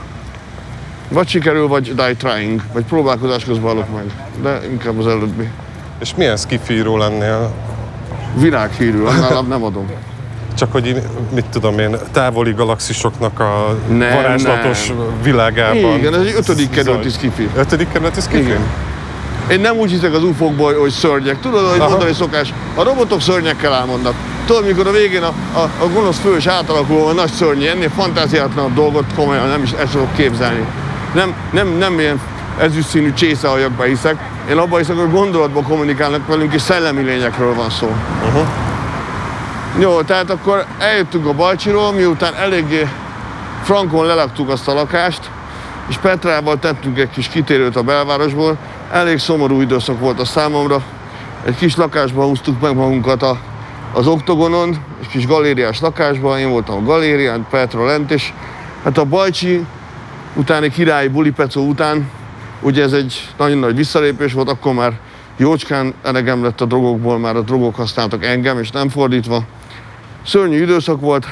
Vagy sikerül, vagy die trying, vagy próbálkozás közben halok meg. De inkább az előbbi. És milyen skifíró lennél? Világhírű, annál nem adom. Csak hogy én, mit tudom én, távoli galaxisoknak a Nem, varázslatos világában. Igen, ez egy ötödik kerületi skifi. Ötödik kerületi skifi? Igen. Én nem úgy hiszek az ufókból, hogy szörnyek. Tudod, hogy Aha. mondani szokás, a robotok szörnyekkel álmodnak. Tudod, mikor a végén a, a, a gonosz fős átalakul a nagy szörny, ennél fantáziátlanabb dolgot komolyan nem is el tudok képzelni. Nem, nem, nem ilyen ezüst színű csészehajakba hiszek. Én abban hiszek, hogy gondolatban kommunikálnak velünk, és szellemi lényekről van szó. Uh-huh. Jó, tehát akkor eljöttünk a Balcsiról, miután eléggé frankon lelaktuk azt a lakást, és Petrával tettünk egy kis kitérőt a belvárosból. Elég szomorú időszak volt a számomra. Egy kis lakásban húztuk meg magunkat a, az oktogonon, egy kis galériás lakásban, én voltam a galérián, Petra lent, és hát a Balcsi utáni királyi bulipecó után, ugye ez egy nagyon nagy visszalépés volt, akkor már jócskán elegem lett a drogokból, már a drogok használtak engem, és nem fordítva. Szörnyű időszak volt,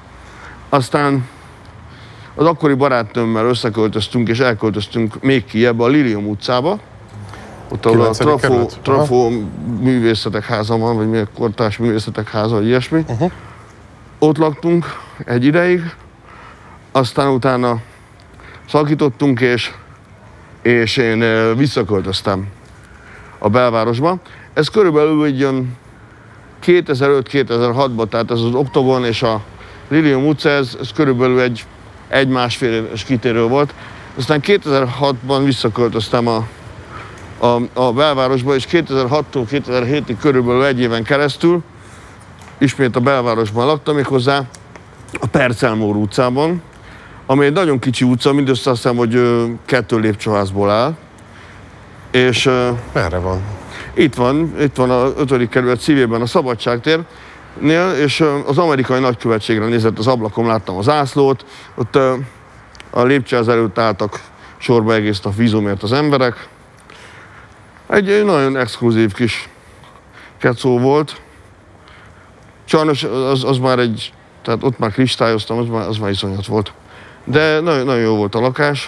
aztán az akkori barátnőmmel összeköltöztünk, és elköltöztünk még kiebb a Lilium utcába. Ott ahol a kilencedik Trafó, kerület? Trafó művészetek háza van, vagy milyen kortárs művészetek háza, vagy ilyesmi. Uh-huh. Ott laktunk egy ideig, aztán utána szakítottunk, és, és én eh, visszaköltöztem a belvárosba. Ez körülbelül egy olyan kétezer-öt kétezer-hatban, tehát ez az Oktogon és a Lilium utca, ez, ez körülbelül egy egy-másfél éves kitérő volt. Aztán kétezer-hatban visszaköltöztem a, a, a belvárosba, és kétezer-hattól kétezer-hétig körülbelül egy éven keresztül ismét a belvárosban laktam, méghozzá a Percelmór utcában, ami egy nagyon kicsi utca, mindössze azt hiszem, hogy ö, kettő lépcsőházból áll. És ö, Merre van? itt van, itt van a ötödik kerület szívében a Szabadságtérnél, és ö, az amerikai nagykövetségre nézett az ablakon, láttam az zászlót, ott ö, a lépcsőház előtt álltak sorba egész a vízumért az emberek. Egy, egy nagyon exkluzív kis kecó volt. Sajnos az, az már egy, tehát ott már kristályoztam, az már, az már iszonyat volt. De nagyon, nagyon jó volt a lakás.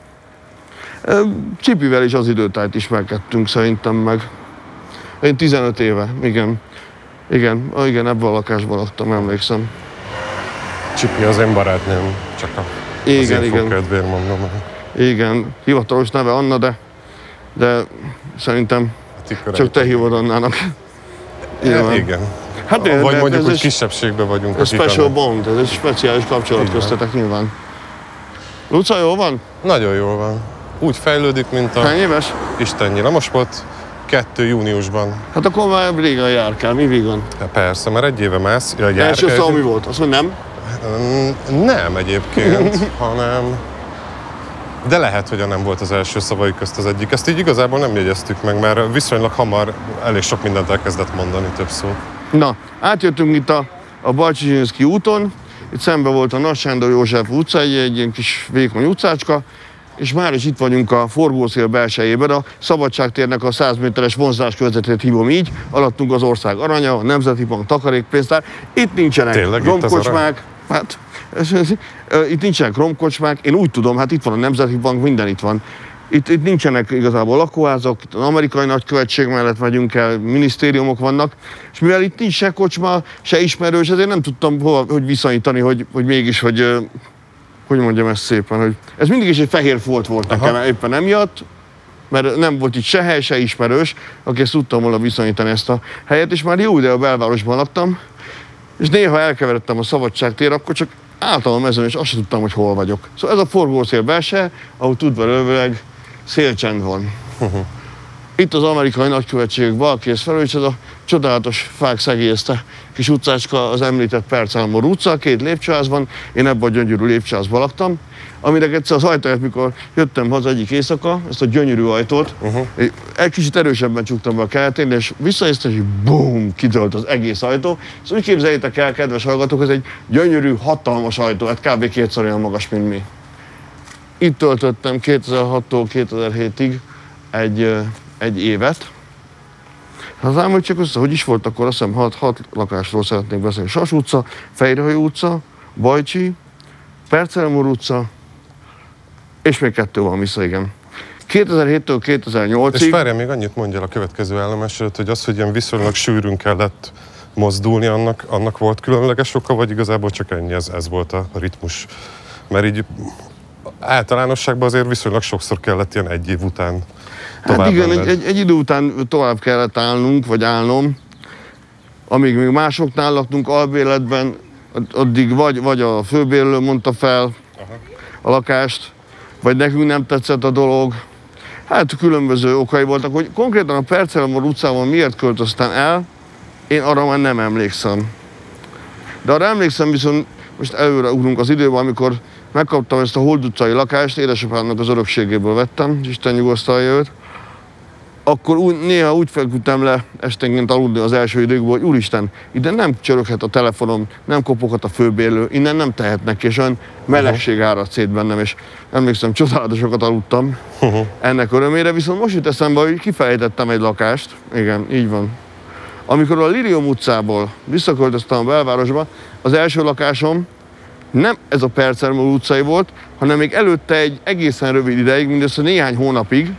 Csipivel is az időtájt ismerkedtünk szerintem meg. Én tizenöt éve, igen. Igen, igen, ebben a lakásban laktam, emlékszem. Csipi az én barátnőm, csak a, Igen, az igen. kedvéért mondom. Igen, hivatalos neve Anna, de, de szerintem csak te hívod Annának. Ja, igen. Hát, Vagy de mondjuk, ez hogy egy- kisebbségben vagyunk. Ez akik special annak- bond, ez egy speciális kapcsolat Igen. köztetek nyilván. Luca, jó van? Nagyon jól van. Úgy fejlődik, mint a Hány éves? Istennyira. Most volt kettő júniusban. Hát akkor már régen járkál, mi vígan? De persze, mert egy éve mász. Ja, jár, Első szó mi volt? Azt mondja, nem? Mm, Nem egyébként, hanem... De lehet, hogy a nem volt az első szavai közt az egyik. Ezt így igazából nem jegyeztük meg, mert viszonylag hamar elég sok mindent elkezdett mondani, több szót. Na, átjöttünk itt a, a Balcsi-Zsilinszky úton, itt szembe volt a Nagy Sándor József utca, egy, egy ilyen kis vékony utcácska, és már is itt vagyunk a forgószél belsejében, a Szabadságtérnek a száz méteres vonzás körzetét hívom így, alattunk az ország aranya, a Nemzeti Bank takarékpénztár, itt nincsenek Tényleg itt az romkocsmák, hát ez, ez, ez, itt nincsenek romkocsmák, én úgy tudom, hát itt van a Nemzeti Bank, minden itt van. Itt, itt nincsenek igazából lakóházak, itt az amerikai nagykövetség mellett megyünk el, minisztériumok vannak, és mivel itt nincs se kocsma, se ismerős, ezért nem tudtam hova, hogy viszonyítani, hogy, hogy mégis, hogy, ö, hogy mondjam ezt szépen, hogy ez mindig is egy fehér folt volt nekem, Aha. éppen emiatt, mert nem volt itt se hely, se ismerős, aki ezt tudtam volna viszonyítani ezt a helyet, és már jó ide a belvárosban laktam, és néha elkeveredtem a Szabadságtér, akkor csak álltam a mezőn, és azt sem tudtam, hogy hol vagyok. Szóval ez a forgószél belse, ahol tudva szélcsend van. Uh-huh. Itt az amerikai nagykövetség balkész felül, és ez a csodálatos fák szegélyezte kis utcácska, az említett Percelmor utca, két lépcsőház van, én ebben a gyönyörű lépcsőházban laktam, aminek egyszer az ajtaját, mikor jöttem haza egyik éjszaka, ezt a gyönyörű ajtót, uh-huh. egy kicsit erősebben csuktam be a keletén, és visszanéztem, és bum, kitölt az egész ajtó. Szóval úgy képzeljétek el, kedves hallgatók, ez egy gyönyörű, hatalmas ajtó, hát kb. Kétszer olyan magas, mint mi. Itt töltöttem kétezer-hattól kétezer-hétig egy, egy évet. Hát ám, hogy csak össze, hogy is volt akkor, azt hiszem hat, hat lakásról szeretnék beszélni. Sas utca, Fejrehajó utca, Bajcsi, Percelmor utca, és még kettő van vissza, igen. kétezer-héttől kétezer-nyolcig... És várjál, még annyit mondjál a következő állomás előtt, hogy az, hogy ilyen viszonylag sűrűn kellett mozdulni, annak, annak volt különleges oka, vagy igazából csak ennyi, ez, ez volt a ritmus? Mert így általánosságban azért viszonylag sokszor kellett ilyen egy év után tovább. Hát igen, egy, egy, egy idő után tovább kellett állnunk, vagy állnom, amíg még másoknál laktunk albérletben, addig vagy, vagy a főbérlő mondta fel Aha. a lakást, vagy nekünk nem tetszett a dolog. Hát különböző okai voltak, hogy konkrétan a Percelmor utcában miért költöztem el, én arra már nem emlékszem. De arra emlékszem, viszont most előre ugrunk az időben, amikor megkaptam ezt a Hold utcai lakást, édesapámnak az örökségéből vettem, Isten nyugosztalja őt. Akkor úgy, néha úgy feküdtem le esténként aludni az első időkben, hogy úristen, ide nem csöröghet a telefonom, nem kopoghat a főbérlő, innen nem tehetnek, és olyan melegség árad szét bennem, és emlékszem, csodálatosokat aludtam uh-huh. ennek örömére, viszont most jut eszembe, hogy kifelejtettem egy lakást, igen, így van. Amikor a Lilium utcából visszaköltöztem a belvárosba, az első lakásom nem ez a Percelmor utcai volt, hanem még előtte egy egészen rövid ideig, mindössze néhány hónapig,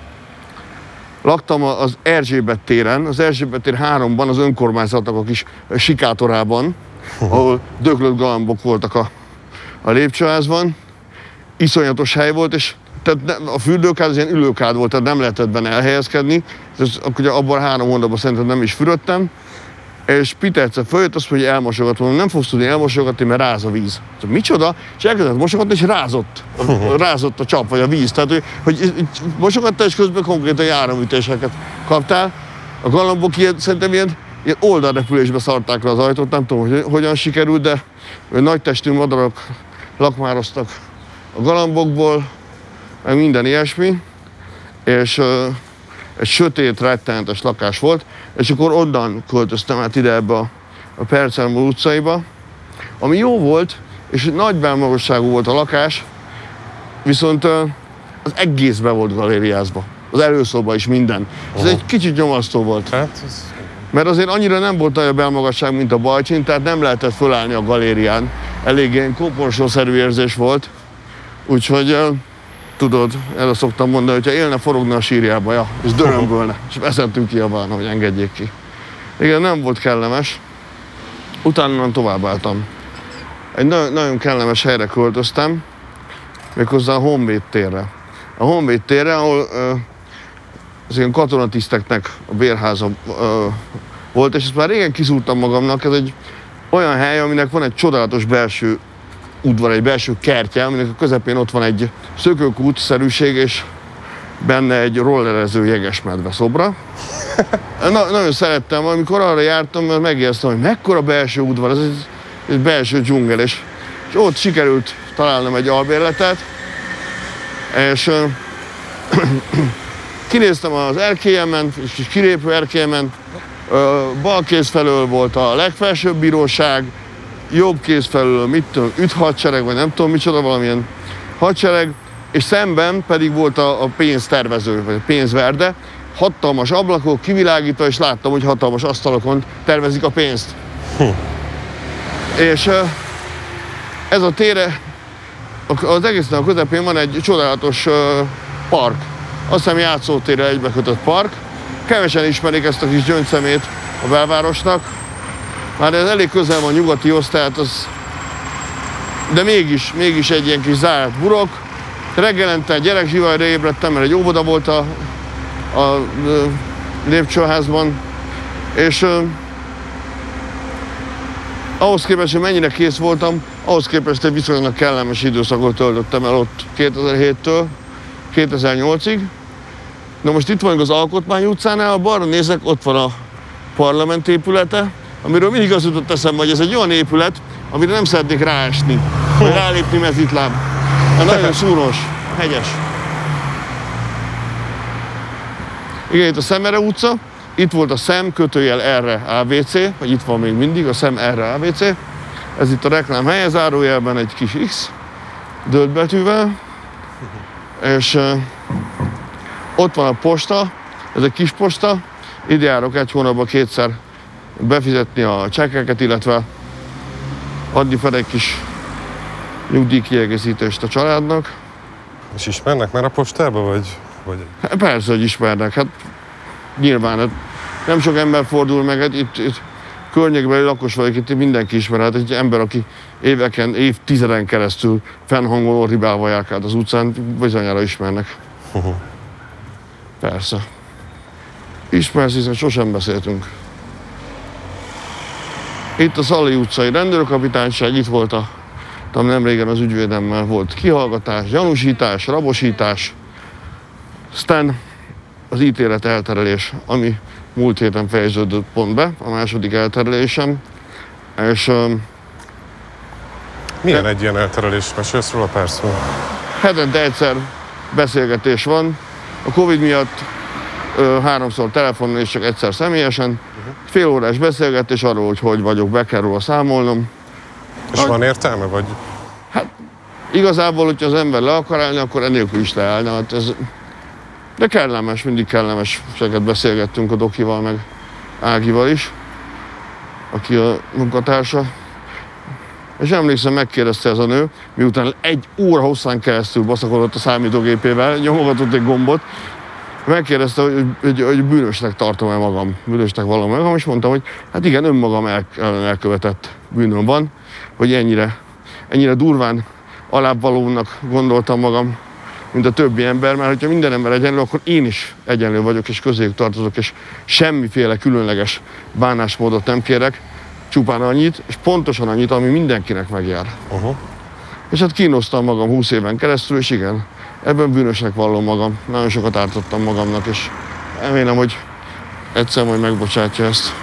laktam az Erzsébet téren, az Erzsébet tér háromban, az önkormányzatnak a kis sikátorában, ahol döglött galambok voltak a, a lépcsőházban. Iszonyatos hely volt, és tehát a fürdőkád az ilyen ülőkád volt, tehát nem lehetett benne elhelyezkedni. Ez, akkor abban három hónapban szerintem nem is fürödtem. És Pite egyszer följött, azt mondja, hogy elmosogatom, nem fogsz tudni elmosogatni, mert ráz a víz. Szóval, micsoda? És elkezdett mosogatni, és rázott. Rázott a csap, vagy a víz. Tehát, hogy, hogy mosogattál, és közben konkrétan járomütéseket kaptál. A galambok ilyen, szerintem ilyen, ilyen oldalrepülésbe szarták le az ajtót, nem tudom, hogy hogyan sikerült, de nagy testű madarak lakmároztak a galambokból, meg minden ilyesmi. És egy sötét, rettenetes lakás volt, és akkor onnan költöztem át ide ebbe a, a Percelmor utcaiba, ami jó volt, és nagy belmagasságú volt a lakás, viszont az egészbe volt galériázva, az előszóba is minden. Ez egy kicsit nyomasztó volt. Hát, ez... Mert azért annyira nem volt olyan belmagasság, mint a Bajcsin, tehát nem lehetett fölállni a galérián. Elég ilyen koporsószerű érzés volt, úgyhogy tudod, erre szoktam mondani, hogyha élne, forogna a sírjába, ja, és dörömbölne, és veszettünk kiabálna, hogy engedjék ki. Igen, nem volt kellemes. Utána tovább álltam. Egy nagyon, nagyon kellemes helyre költöztem, méghozzá a Honvéd térre. A Honvéd térre, ahol uh, az ilyen katonatiszteknek a bérháza uh, volt, és ezt már régen kiszúrtam magamnak, ez egy olyan hely, aminek van egy csodálatos belső udvar, egy belső kertje, aminek a közepén ott van egy szökőkút-szerűség, és benne egy rollerező jegesmedve szobra. Na, nagyon szerettem, amikor arra jártam, mert megéreztem, hogy mekkora belső udvar, ez egy, egy belső dzsungel, és, és ott sikerült találnom egy albérletet, és uh, kinéztem az erkélyemen, és kilépő erkélyemen, uh, bal kéz felől volt a legfelsőbb bíróság, jobb kéz felől, mit tudom, üt hadsereg, vagy nem tudom micsoda, valamilyen hadsereg, és szemben pedig volt a, a pénztervező, vagy a pénzverde, hatalmas ablakok, kivilágítva, és láttam, hogy hatalmas asztalokon tervezik a pénzt. Hm. És ez a tére, az egészen a közepén van egy csodálatos park. Azt hiszem játszótérre egybekötött park. Kevesen ismerik ezt a kis gyöngyszemét a belvárosnak. Már ez elég közel van nyugatihoz, tehát az... De mégis, mégis egy ilyen kis zárt burok. Reggelente gyerekzsivajra ébredtem, mert egy óvoda volt a a ö, lépcsőházban, és ö, ahhoz képest, hogy mennyire kész voltam, ahhoz képest egy viszonylag kellemes időszakot töltöttem el ott kétezer-héttől kétezer-nyolcig. Na most itt vagyunk az Alkotmány utcánál, balra nézek, ott van a parlament épülete, amiről mindig az jutott eszembe, hogy ez egy olyan épület, amire nem szeretnék ráesni, vagy rálépni mezitláb. Hát nagyon szúros, hegyes. Igen, itt a Szemere utca, itt volt a Szem kötőjel erre á vé cé, vagy itt van még mindig a Szem erre á vé cé. Ez itt a reklám helye, zárójelben egy kis X, dölt betűvel. És uh, ott van a posta, ez egy kis posta, ide járok egy hónapban kétszer befizetni a csekkeket, illetve adni fel egy kis nyugdíjkiegészítést a családnak. És ismernek már a postába, vagy? vagy... Hát persze, hogy ismernek. Hát nyilván, hát nem sok ember fordul meg, hát itt, itt környékbeli lakos vagyok, itt mindenki ismer. Hát egy ember, aki éveken, évtizeden keresztül fennhangoló ribával járkált az utcán, bizonyára ismernek. Uh-huh. Persze. Ismersz, hiszen sosem beszéltünk. Itt a Szalai utcai rendőrkapitányság, itt volt a, nem régen az ügyvédemmel volt kihallgatás, gyanúsítás, rabosítás, aztán az ítélet elterelés, ami múlt héten fejeződött pont be, a második elterelésem, és... Milyen egy ilyen elterelés? Mesélsz róla pár szó? Hetente egyszer beszélgetés van, a Covid miatt ö, háromszor telefonon és csak egyszer személyesen, uh-huh. Fél órás beszélgetés arról, hogy hogy vagyok, be kell róla számolnom. És hogy, van értelme, vagy? Hát igazából, hogyha az ember le akar állni, akkor enélkül is leállna. Hát ez, de kellemes, mindig kellemes seket beszélgettünk a Dokival, meg Ágival is, aki a munkatársa. És emlékszem, megkérdezte ez a nő, miután egy óra hosszán keresztül baszakodott a számítógépével, nyomogatott egy gombot, megkérdezte, hogy, hogy, hogy bűnösnek tartom-e magam, bűnösnek vallom magam, és mondtam, hogy hát igen, önmagam el, elkövetett bűnöm van, hogy ennyire, ennyire durván alábbvalónak gondoltam magam, mint a többi ember, mert hogyha minden ember egyenlő, akkor én is egyenlő vagyok, és közéjük tartozok, és semmiféle különleges bánásmódot nem kérek, csupán annyit, és pontosan annyit, ami mindenkinek megjár. Uh-huh. És hát kínoztam magam húsz éven keresztül, és igen, ebben bűnösnek vallom magam. Nagyon sokat ártottam magamnak, és remélem, hogy egyszer majd megbocsátja ezt.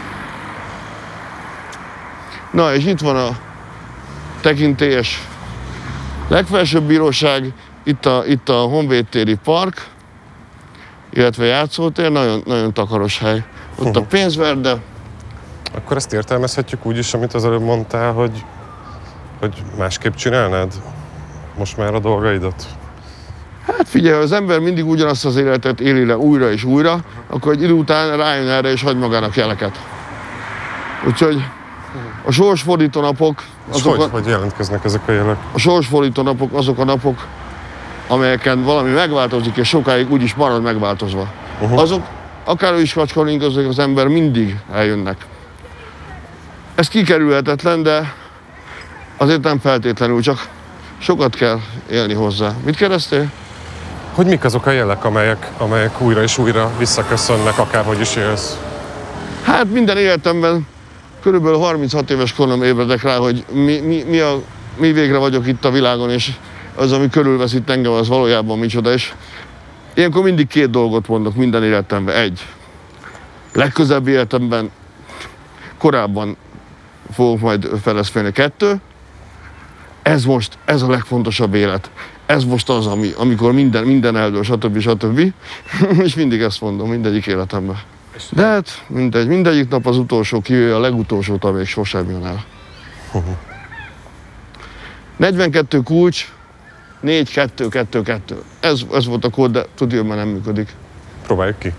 Na, és itt van a tekintélyes legfelsőbb bíróság, itt a, itt a Honvéd téri park, illetve játszótér, nagyon, nagyon takaros hely. Ott uh-huh. a pénzverde. Akkor ezt értelmezhetjük úgy is, amit az előbb mondtál, hogy, hogy másképp csinálnád most már a dolgaidat? Hát figyelj, ha az ember mindig ugyanazt az életet éli le újra és újra, akkor egy idő után rájön erre és hagy magának jeleket. Úgyhogy a sorsfordító napok... Azok hogy, a, hogy jelentkeznek ezek a jelek? A sorsfordító napok azok a napok, amelyeken valami megváltozik, és sokáig úgyis marad megváltozva. Uh-huh. Azok, akár is kacskalinkozik az ember, mindig eljönnek. Ez kikerülhetetlen, de azért nem feltétlenül, csak sokat kell élni hozzá. Mit kérdeztél? Hogy mik azok a jelek, amelyek, amelyek újra és újra visszaköszönnek, akárhogy is élsz? Hát minden életemben körülbelül harminchat éves korom ébredek rá, hogy mi, mi, mi, a, mi végre vagyok itt a világon, és az, ami körülvesz itt engem, az valójában micsoda. És ilyenkor mindig két dolgot mondok minden életemben. Egy, legközelebbi életemben korábban fogok majd feleszfélni. Kettő, ez most, ez a legfontosabb élet. Ez most az, ami, amikor minden, minden eldől, stb. stb. És mindig ezt mondom, mindegyik életemben. De hát mindegy, mindegyik nap az utolsó, kivéve a legutolsót, amíg sosem jön el. negyvenkettő kulcs, négy kettő kettő kettő. Ez, ez volt a kód, de tudja, már nem működik. Próbáljuk ki.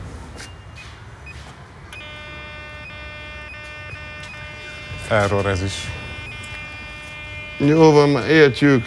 Error ez is. Jó van, már értjük.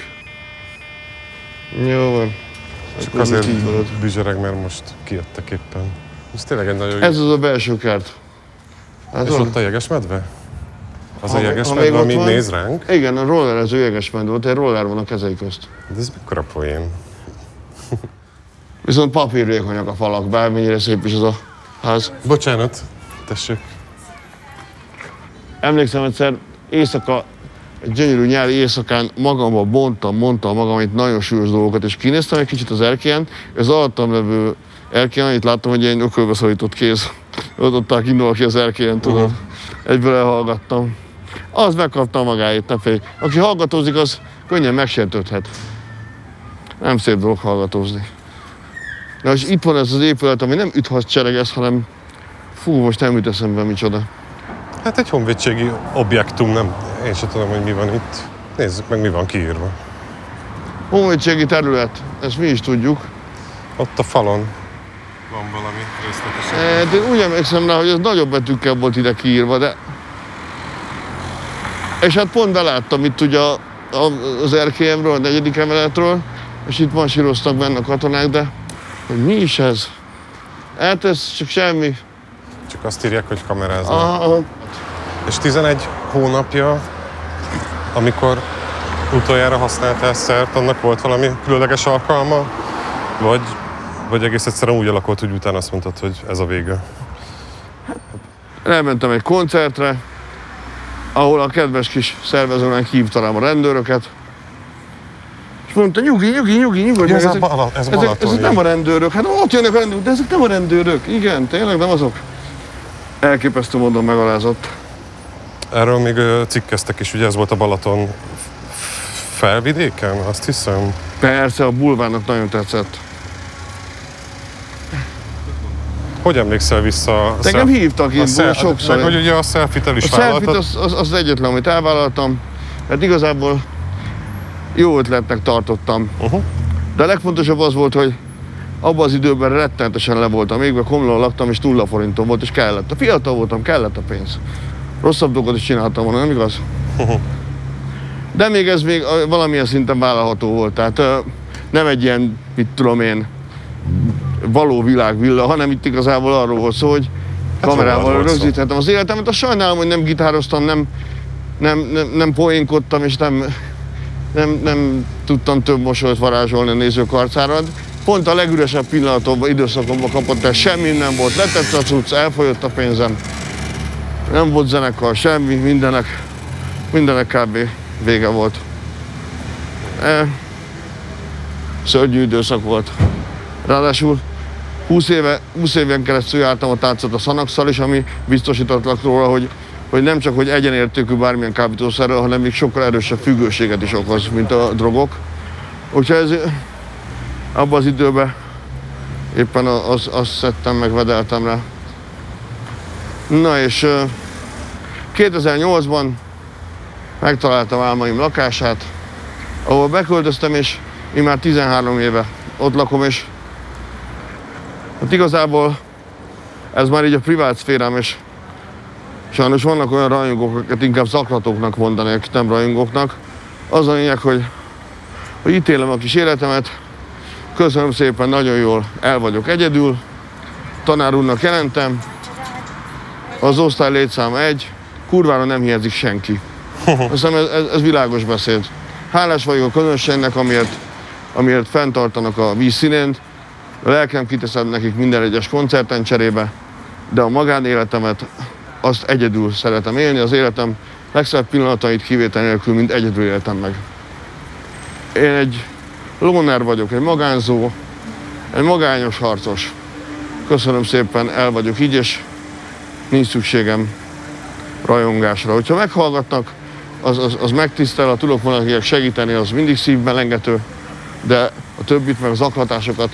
Jó van. Csak azért bizsereg, mert most kijöttek éppen. Ez tényleg egy nagyon... Ez az a belső kert. Hát és ott a jegesmedve? Az ha, a jegesmedve, ami van, néz ránk? Igen, a rollerező jegesmedve, ott egy roller van a kezei közt. De ez mekkora poén? Viszont papírvékonyak a falak, bármennyire szép is az a ház. Bocsánat, tessék. Emlékszem egyszer éjszaka, egy gyönyörű nyári éjszakán magamba bontam, mondtam magam itt nagyon súlyos dolgokat, és kinéztem egy kicsit az erkélyen, és az alattam levő erkélyen, annyit láttam, hogy egy ökölbe szorított kéz. Ott ott indul ki az erkélyen, tudod. Uh-huh. Egyből elhallgattam. Az megkapta magáét, ne félj. Aki hallgatózik, az könnyen megsértődhet. Nem szép dolog hallgatózni. Na és itt van ez az épület, ami nem üthadseregez, hanem fú, most nem jut eszembe micsoda. Hát egy honvédségi objektum, nem, én sem tudom, hogy mi van itt. Nézzük meg, mi van kiírva. Honvédségi terület, ezt mi is tudjuk. Ott a falon van valami részletesen. Hát én úgy emlékszem rá, hogy ez nagyobb betűkkel volt ide kiírva, de... És hát pont beláttam itt ugye a, a, az erkélyemről, a negyedik emeletről, és itt masíroztak benne a katonák, de hogy mi is ez? Hát ez csak semmi. Csak azt írják, hogy kameráznak. Aha. És tizenegy hónapja, amikor utoljára használtál szert, annak volt valami különleges alkalma? Vagy, vagy egész egyszerűen úgy alakult, hogy utána azt mondtad, hogy ez a vége? Elmentem egy koncertre, ahol a kedves kis szervezőnk hívta rám a rendőröket, és mondta, nyugi, nyugi, nyugi, nyugodj. Ja, ez, ezek, a Bala, ez ezek, Balaton, ezek nem a rendőrök, hát ott jönnek a rendőrök, de ezek nem a rendőrök. Igen, tényleg nem azok. Elképesztő módon megalázott. Erről még cikkeztek is, ugye ez volt a Balaton felvidéken, azt hiszem. Persze, a bulvárnak nagyon tetszett. Hogy emlékszel vissza? A Engem hívtak itt szel- sokszor. Meg hogy ugye a selfie-t el is A selfie-t vállaltad. az, az, az egyetlen, amit elvállaltam, mert igazából jó ötletnek tartottam. Uh-huh. De a legfontosabb az volt, hogy abban az időben rettenetesen le voltam égve, Komlón laktam, és nulla forintom volt, és kellett. A fiatal voltam, kellett a pénz. Rosszabb dolgot is csináltam volna, nem igaz? Uh-huh. De még ez még valamilyen szinten vállalható volt. Tehát nem egy ilyen, mit tudom én, való világvilla, hanem itt igazából arról volt szó, hogy Hát kamerával rögzíthettem az életemet. Azt sajnálom, hogy nem gitároztam, nem, nem, nem, nem poénkodtam, és nem, nem, nem tudtam több mosolyt varázsolni a nézők arcára. Pont a legüresebb pillanatokban, időszakomban kapott el, semmi nem volt, letett a cucc, elfogyott a pénzem. Nem volt zenekar, semmi, mindenek, mindenek kb. Vége volt. E, szörnyű időszak volt. Ráadásul húsz éve, húsz éven keresztül jártam a táncot a Szanaxszal is, ami biztosítottak róla, hogy, hogy nem csak hogy egyenértékű bármilyen kábítószerrel, hanem még sokkal erősebb függőséget is okoz, mint a drogok. Úgyhogy ez, abban az időben éppen azt az szedtem meg, vedeltem rá. Na és kétezer-nyolcban megtaláltam álmaim lakását, ahol beköltöztem, és én már tizenhárom éve ott lakom, és hát igazából ez már így a privát szférám, és sajnos vannak olyan rajongók, akiket inkább zaklatóknak mondanék, nem rajongóknak. Az a lényeg, hogy, hogy itt élem a kis életemet, köszönöm szépen, nagyon jól el vagyok egyedül, tanár úrnak jelentem, az osztály létszáma egy, kurvára nem hiányzik senki. Azt hiszem, ez, ez, ez világos beszéd. Hálás vagyok a közönségnek, amiért, amiért fenntartanak a vízszínén. A lelkem kiteszem nekik minden egyes koncerten cserébe, de a magánéletemet azt egyedül szeretem élni. Az életem legszebb pillanatait kivétel nélkül mind egyedül éltem meg. Én egy loner vagyok, egy magánzó, egy magányos harcos. Köszönöm szépen, el vagyok így, és nincs szükségem rajongásra. Hogyha meghallgatnak, az, az, az megtisztel, ha tudok valakinek segíteni, az mindig szívmelengető, de a többit, meg az zaklatásokat,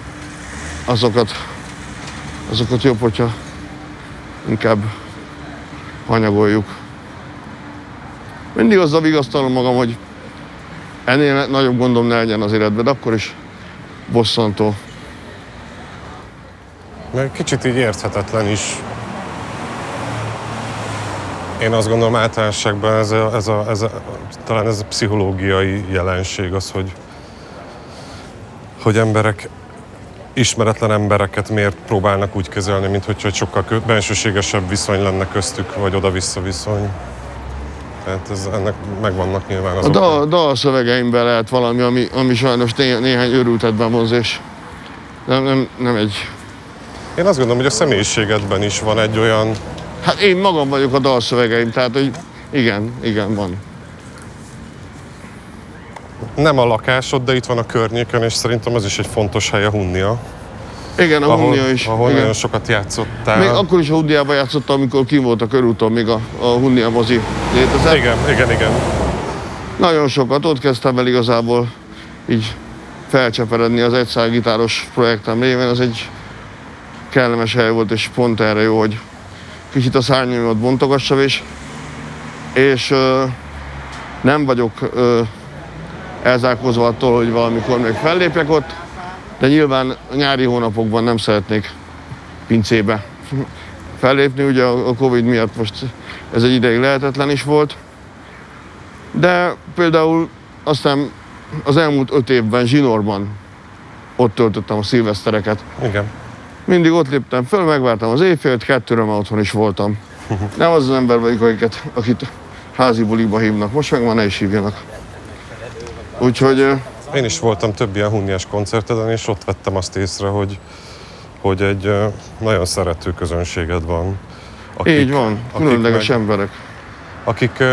azokat, azokat jobb, hogyha inkább hanyagoljuk. Mindig azzal vigasztalom magam, hogy ennél nagyobb gondom ne legyen az életben, de akkor is bosszantó. Mert kicsit így érthetetlen is. Én azt gondolom általánosságban ez a, ez a, ez a, talán ez a pszichológiai jelenség az, hogy, hogy emberek, ismeretlen embereket miért próbálnak úgy kezelni, mint hogyha sokkal bensőségesebb viszony lenne köztük, vagy oda-vissza viszony. Tehát ez, ennek megvannak nyilván azok. A dal, dal szövegeimben lehet valami, ami, ami sajnos né, néhány őrültet bevonz, és Nem, nem, nem egy... Én azt gondolom, hogy a személyiségedben is van egy olyan... Hát én magam vagyok a dalszövegeim, tehát hogy igen, igen, van. Nem a lakásod, de itt van a környéken, és szerintem ez is egy fontos hely a Hunnia. Igen, a ahol, Hunnia is. Ahol igen. nagyon sokat játszottál. Még akkor is a Hunniában játszottam, amikor ki volt a körúton, még a, a Hunnia mozi létezett. Igen, igen, igen. Nagyon sokat, ott kezdtem el igazából így felcseperedni az egyszálgitáros projektem révén. Ez egy kellemes hely volt, és pont erre jó, hogy kicsit a szárnyaimat bontogassam, és, és ö, nem vagyok ö, elzárkózva attól, hogy valamikor még fellépjek ott, de nyilván a nyári hónapokban nem szeretnék pincébe fellépni, ugye a Covid miatt most ez egy ideig lehetetlen is volt. De például aztán az elmúlt öt évben Zsinorban ott töltöttem a szilvesztereket. Igen. Mindig ott léptem föl, megvártam az éjfélt, kettőre már otthon is voltam. Nem az az ember vagyok, akiket, akit házi buliba hívnak, most meg már ne is hívjanak. Úgyhogy... Én is voltam több ilyen hunniás koncerteden, és ott vettem azt észre, hogy, hogy egy nagyon szerető közönséged van. Akik, így van, különleges meg, emberek. Akik,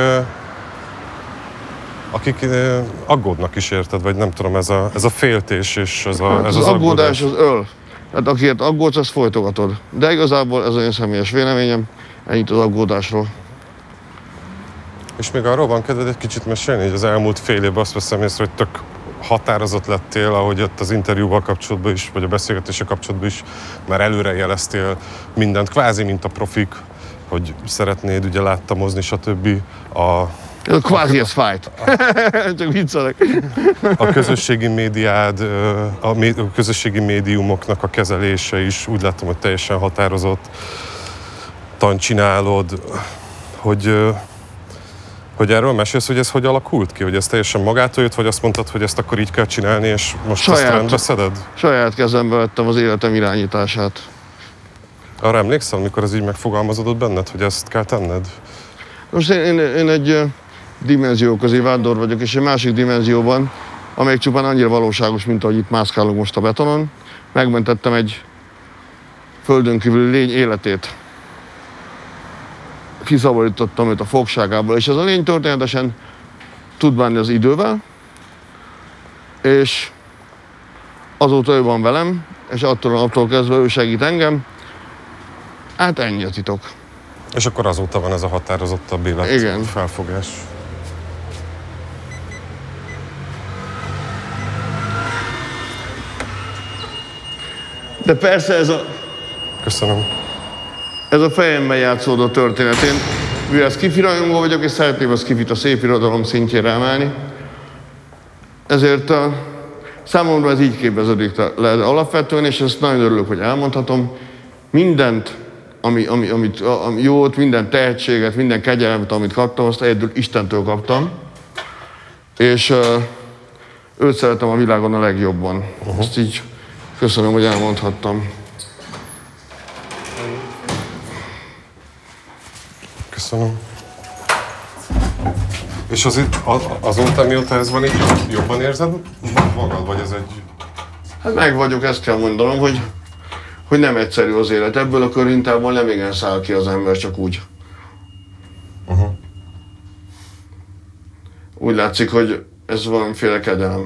akik aggódnak is érted, vagy nem tudom, ez a, ez a féltés és ez, a, hát ez az, az aggódás. Az öl. Hát akiért aggódsz, azt folytogatod. De igazából ez olyan személyes véleményem, ennyit az aggódásról. És még arról van kedved egy kicsit mesélni, hogy az elmúlt fél évben azt veszem észre, hogy tök határozott lettél, ahogy ott az interjúval kapcsolatban is, vagy a beszélgetéssel kapcsolatban is már előre jeleztél mindent, kvázi mint a profik, hogy szeretnéd ugye láttamozni, stb. A, ez a kvázi, ez fájt. Csak viccelek. A közösségi médiád, a, mé, a közösségi médiumoknak a kezelése is úgy látom, hogy teljesen határozott. Tan csinálod, hogy Hogy erről mesélsz, hogy ez hogy alakult ki? Hogy ez teljesen magától jött, vagy azt mondtad, hogy ezt akkor így kell csinálni, és most saját, ezt rendbe szeded? Saját kezembe vettem az életem irányítását. Arra emlékszel, amikor ez így megfogalmazódott benned, hogy ezt kell tenned? Most én, én, én egy dimenzió közé vándor vagyok, és egy másik dimenzióban, amelyik csupán annyira valóságos, mint ahogy itt mászkálunk most a betonon, megmentettem egy földön kívüli lény életét. Kiszabadítottam őt a fogságából, és ez a lény történetesen tud bánni az idővel, és azóta ő van velem, és attól attól kezdve ő segít engem. Hát ennyi a titok. És akkor azóta van ez a határozottabb élet igen. felfogás. De persze ez a... Köszönöm. Ez a fejemben játszódó történet. Én, mivel skifi rajongó vagyok, és szeretném a skifit a szép irodalom szintjére emelni, ezért a, számomra ez így képeződik le alapvetően, és ezt nagyon örülök, hogy elmondhatom. Mindent, ami, ami, amit, ami jót, minden tehetséget, minden kegyelmet, amit kaptam, azt egyedül Istentől kaptam. És uh, őt szeretem a világon a legjobban. Uh-huh. Ezt így köszönöm, hogy elmondhattam. Köszönöm. És az, azóta, mióta ez van, így jobban érzed magad, vagy ez egy... Hát meg vagyok, ezt kell mondanom, hogy, hogy nem egyszerű az élet. Ebből a körhintából nem igen száll ki az ember, csak úgy. Uh-huh. Úgy látszik, hogy ez valamiféle kegyelem.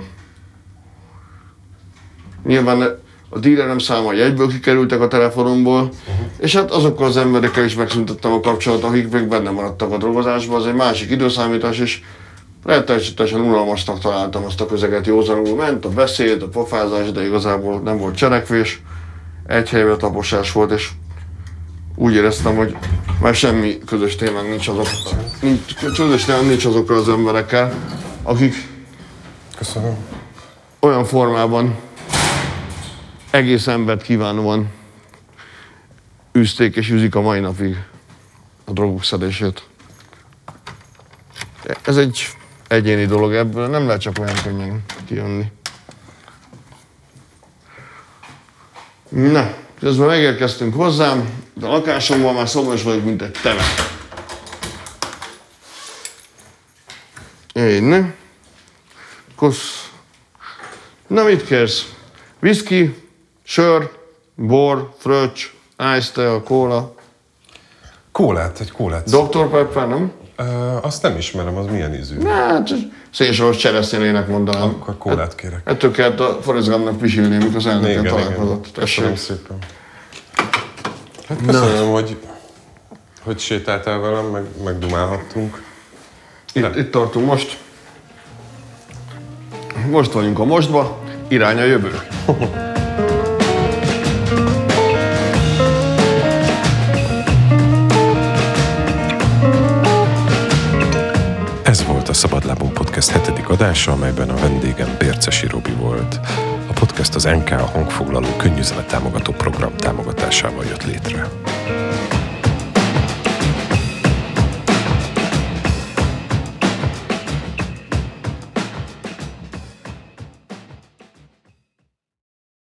Nyilván a dílerem számai egyből kikerültek a telefonomból, uh-huh. és hát azokkal az emberekkel is megszüntettem a kapcsolatot, akik még benne maradtak a drogozásban. Az egy másik időszámítás, és rettenetesen unalmasnak találtam azt a közeget, józanul ment a beszéd, a pofázás, de igazából nem volt cselekvés. Egy helyben taposás volt, és úgy éreztem, hogy már semmi közös témánk nincs azokkal, nincs, közös témánk nincs azokkal az emberekkel, akik Köszönöm. olyan formában egész embert kívánóan űzték és űzik a mai napig a drogok szedését. Ez egy egyéni dolog, ebből nem lehet csak olyan könnyen kijönni. Na, közben megérkeztünk hozzám, de a lakásomban már szomjas vagyok, mint egy temet. Én, kosz. Na, mit kérsz? Whisky, Sör, bor, fröccs, ice tea, kóla. Kólát, egy kólát. doktor Pepper, nem? Ö, azt nem ismerem, az milyen ízű? Hát, szénsoros cseresznyélének mondanám. Akkor kólát kérek. Ettől kellett a Forrest Gumpnak pisilni, amikor az elnökkel Igen, találkozott. igen. Köszönöm szépen. Hát köszönöm, hogy, hogy sétáltál velem, meg, megdumálhattunk. Itt, itt tartunk most. Most vagyunk a mostba, irány a jövő. Ez volt a Szabadlábon Podcast hetedik adása, amelyben a vendégem Bércesi Robi volt. A podcast az en ká, a hangfoglaló könnyűzene támogató program támogatásával jött létre.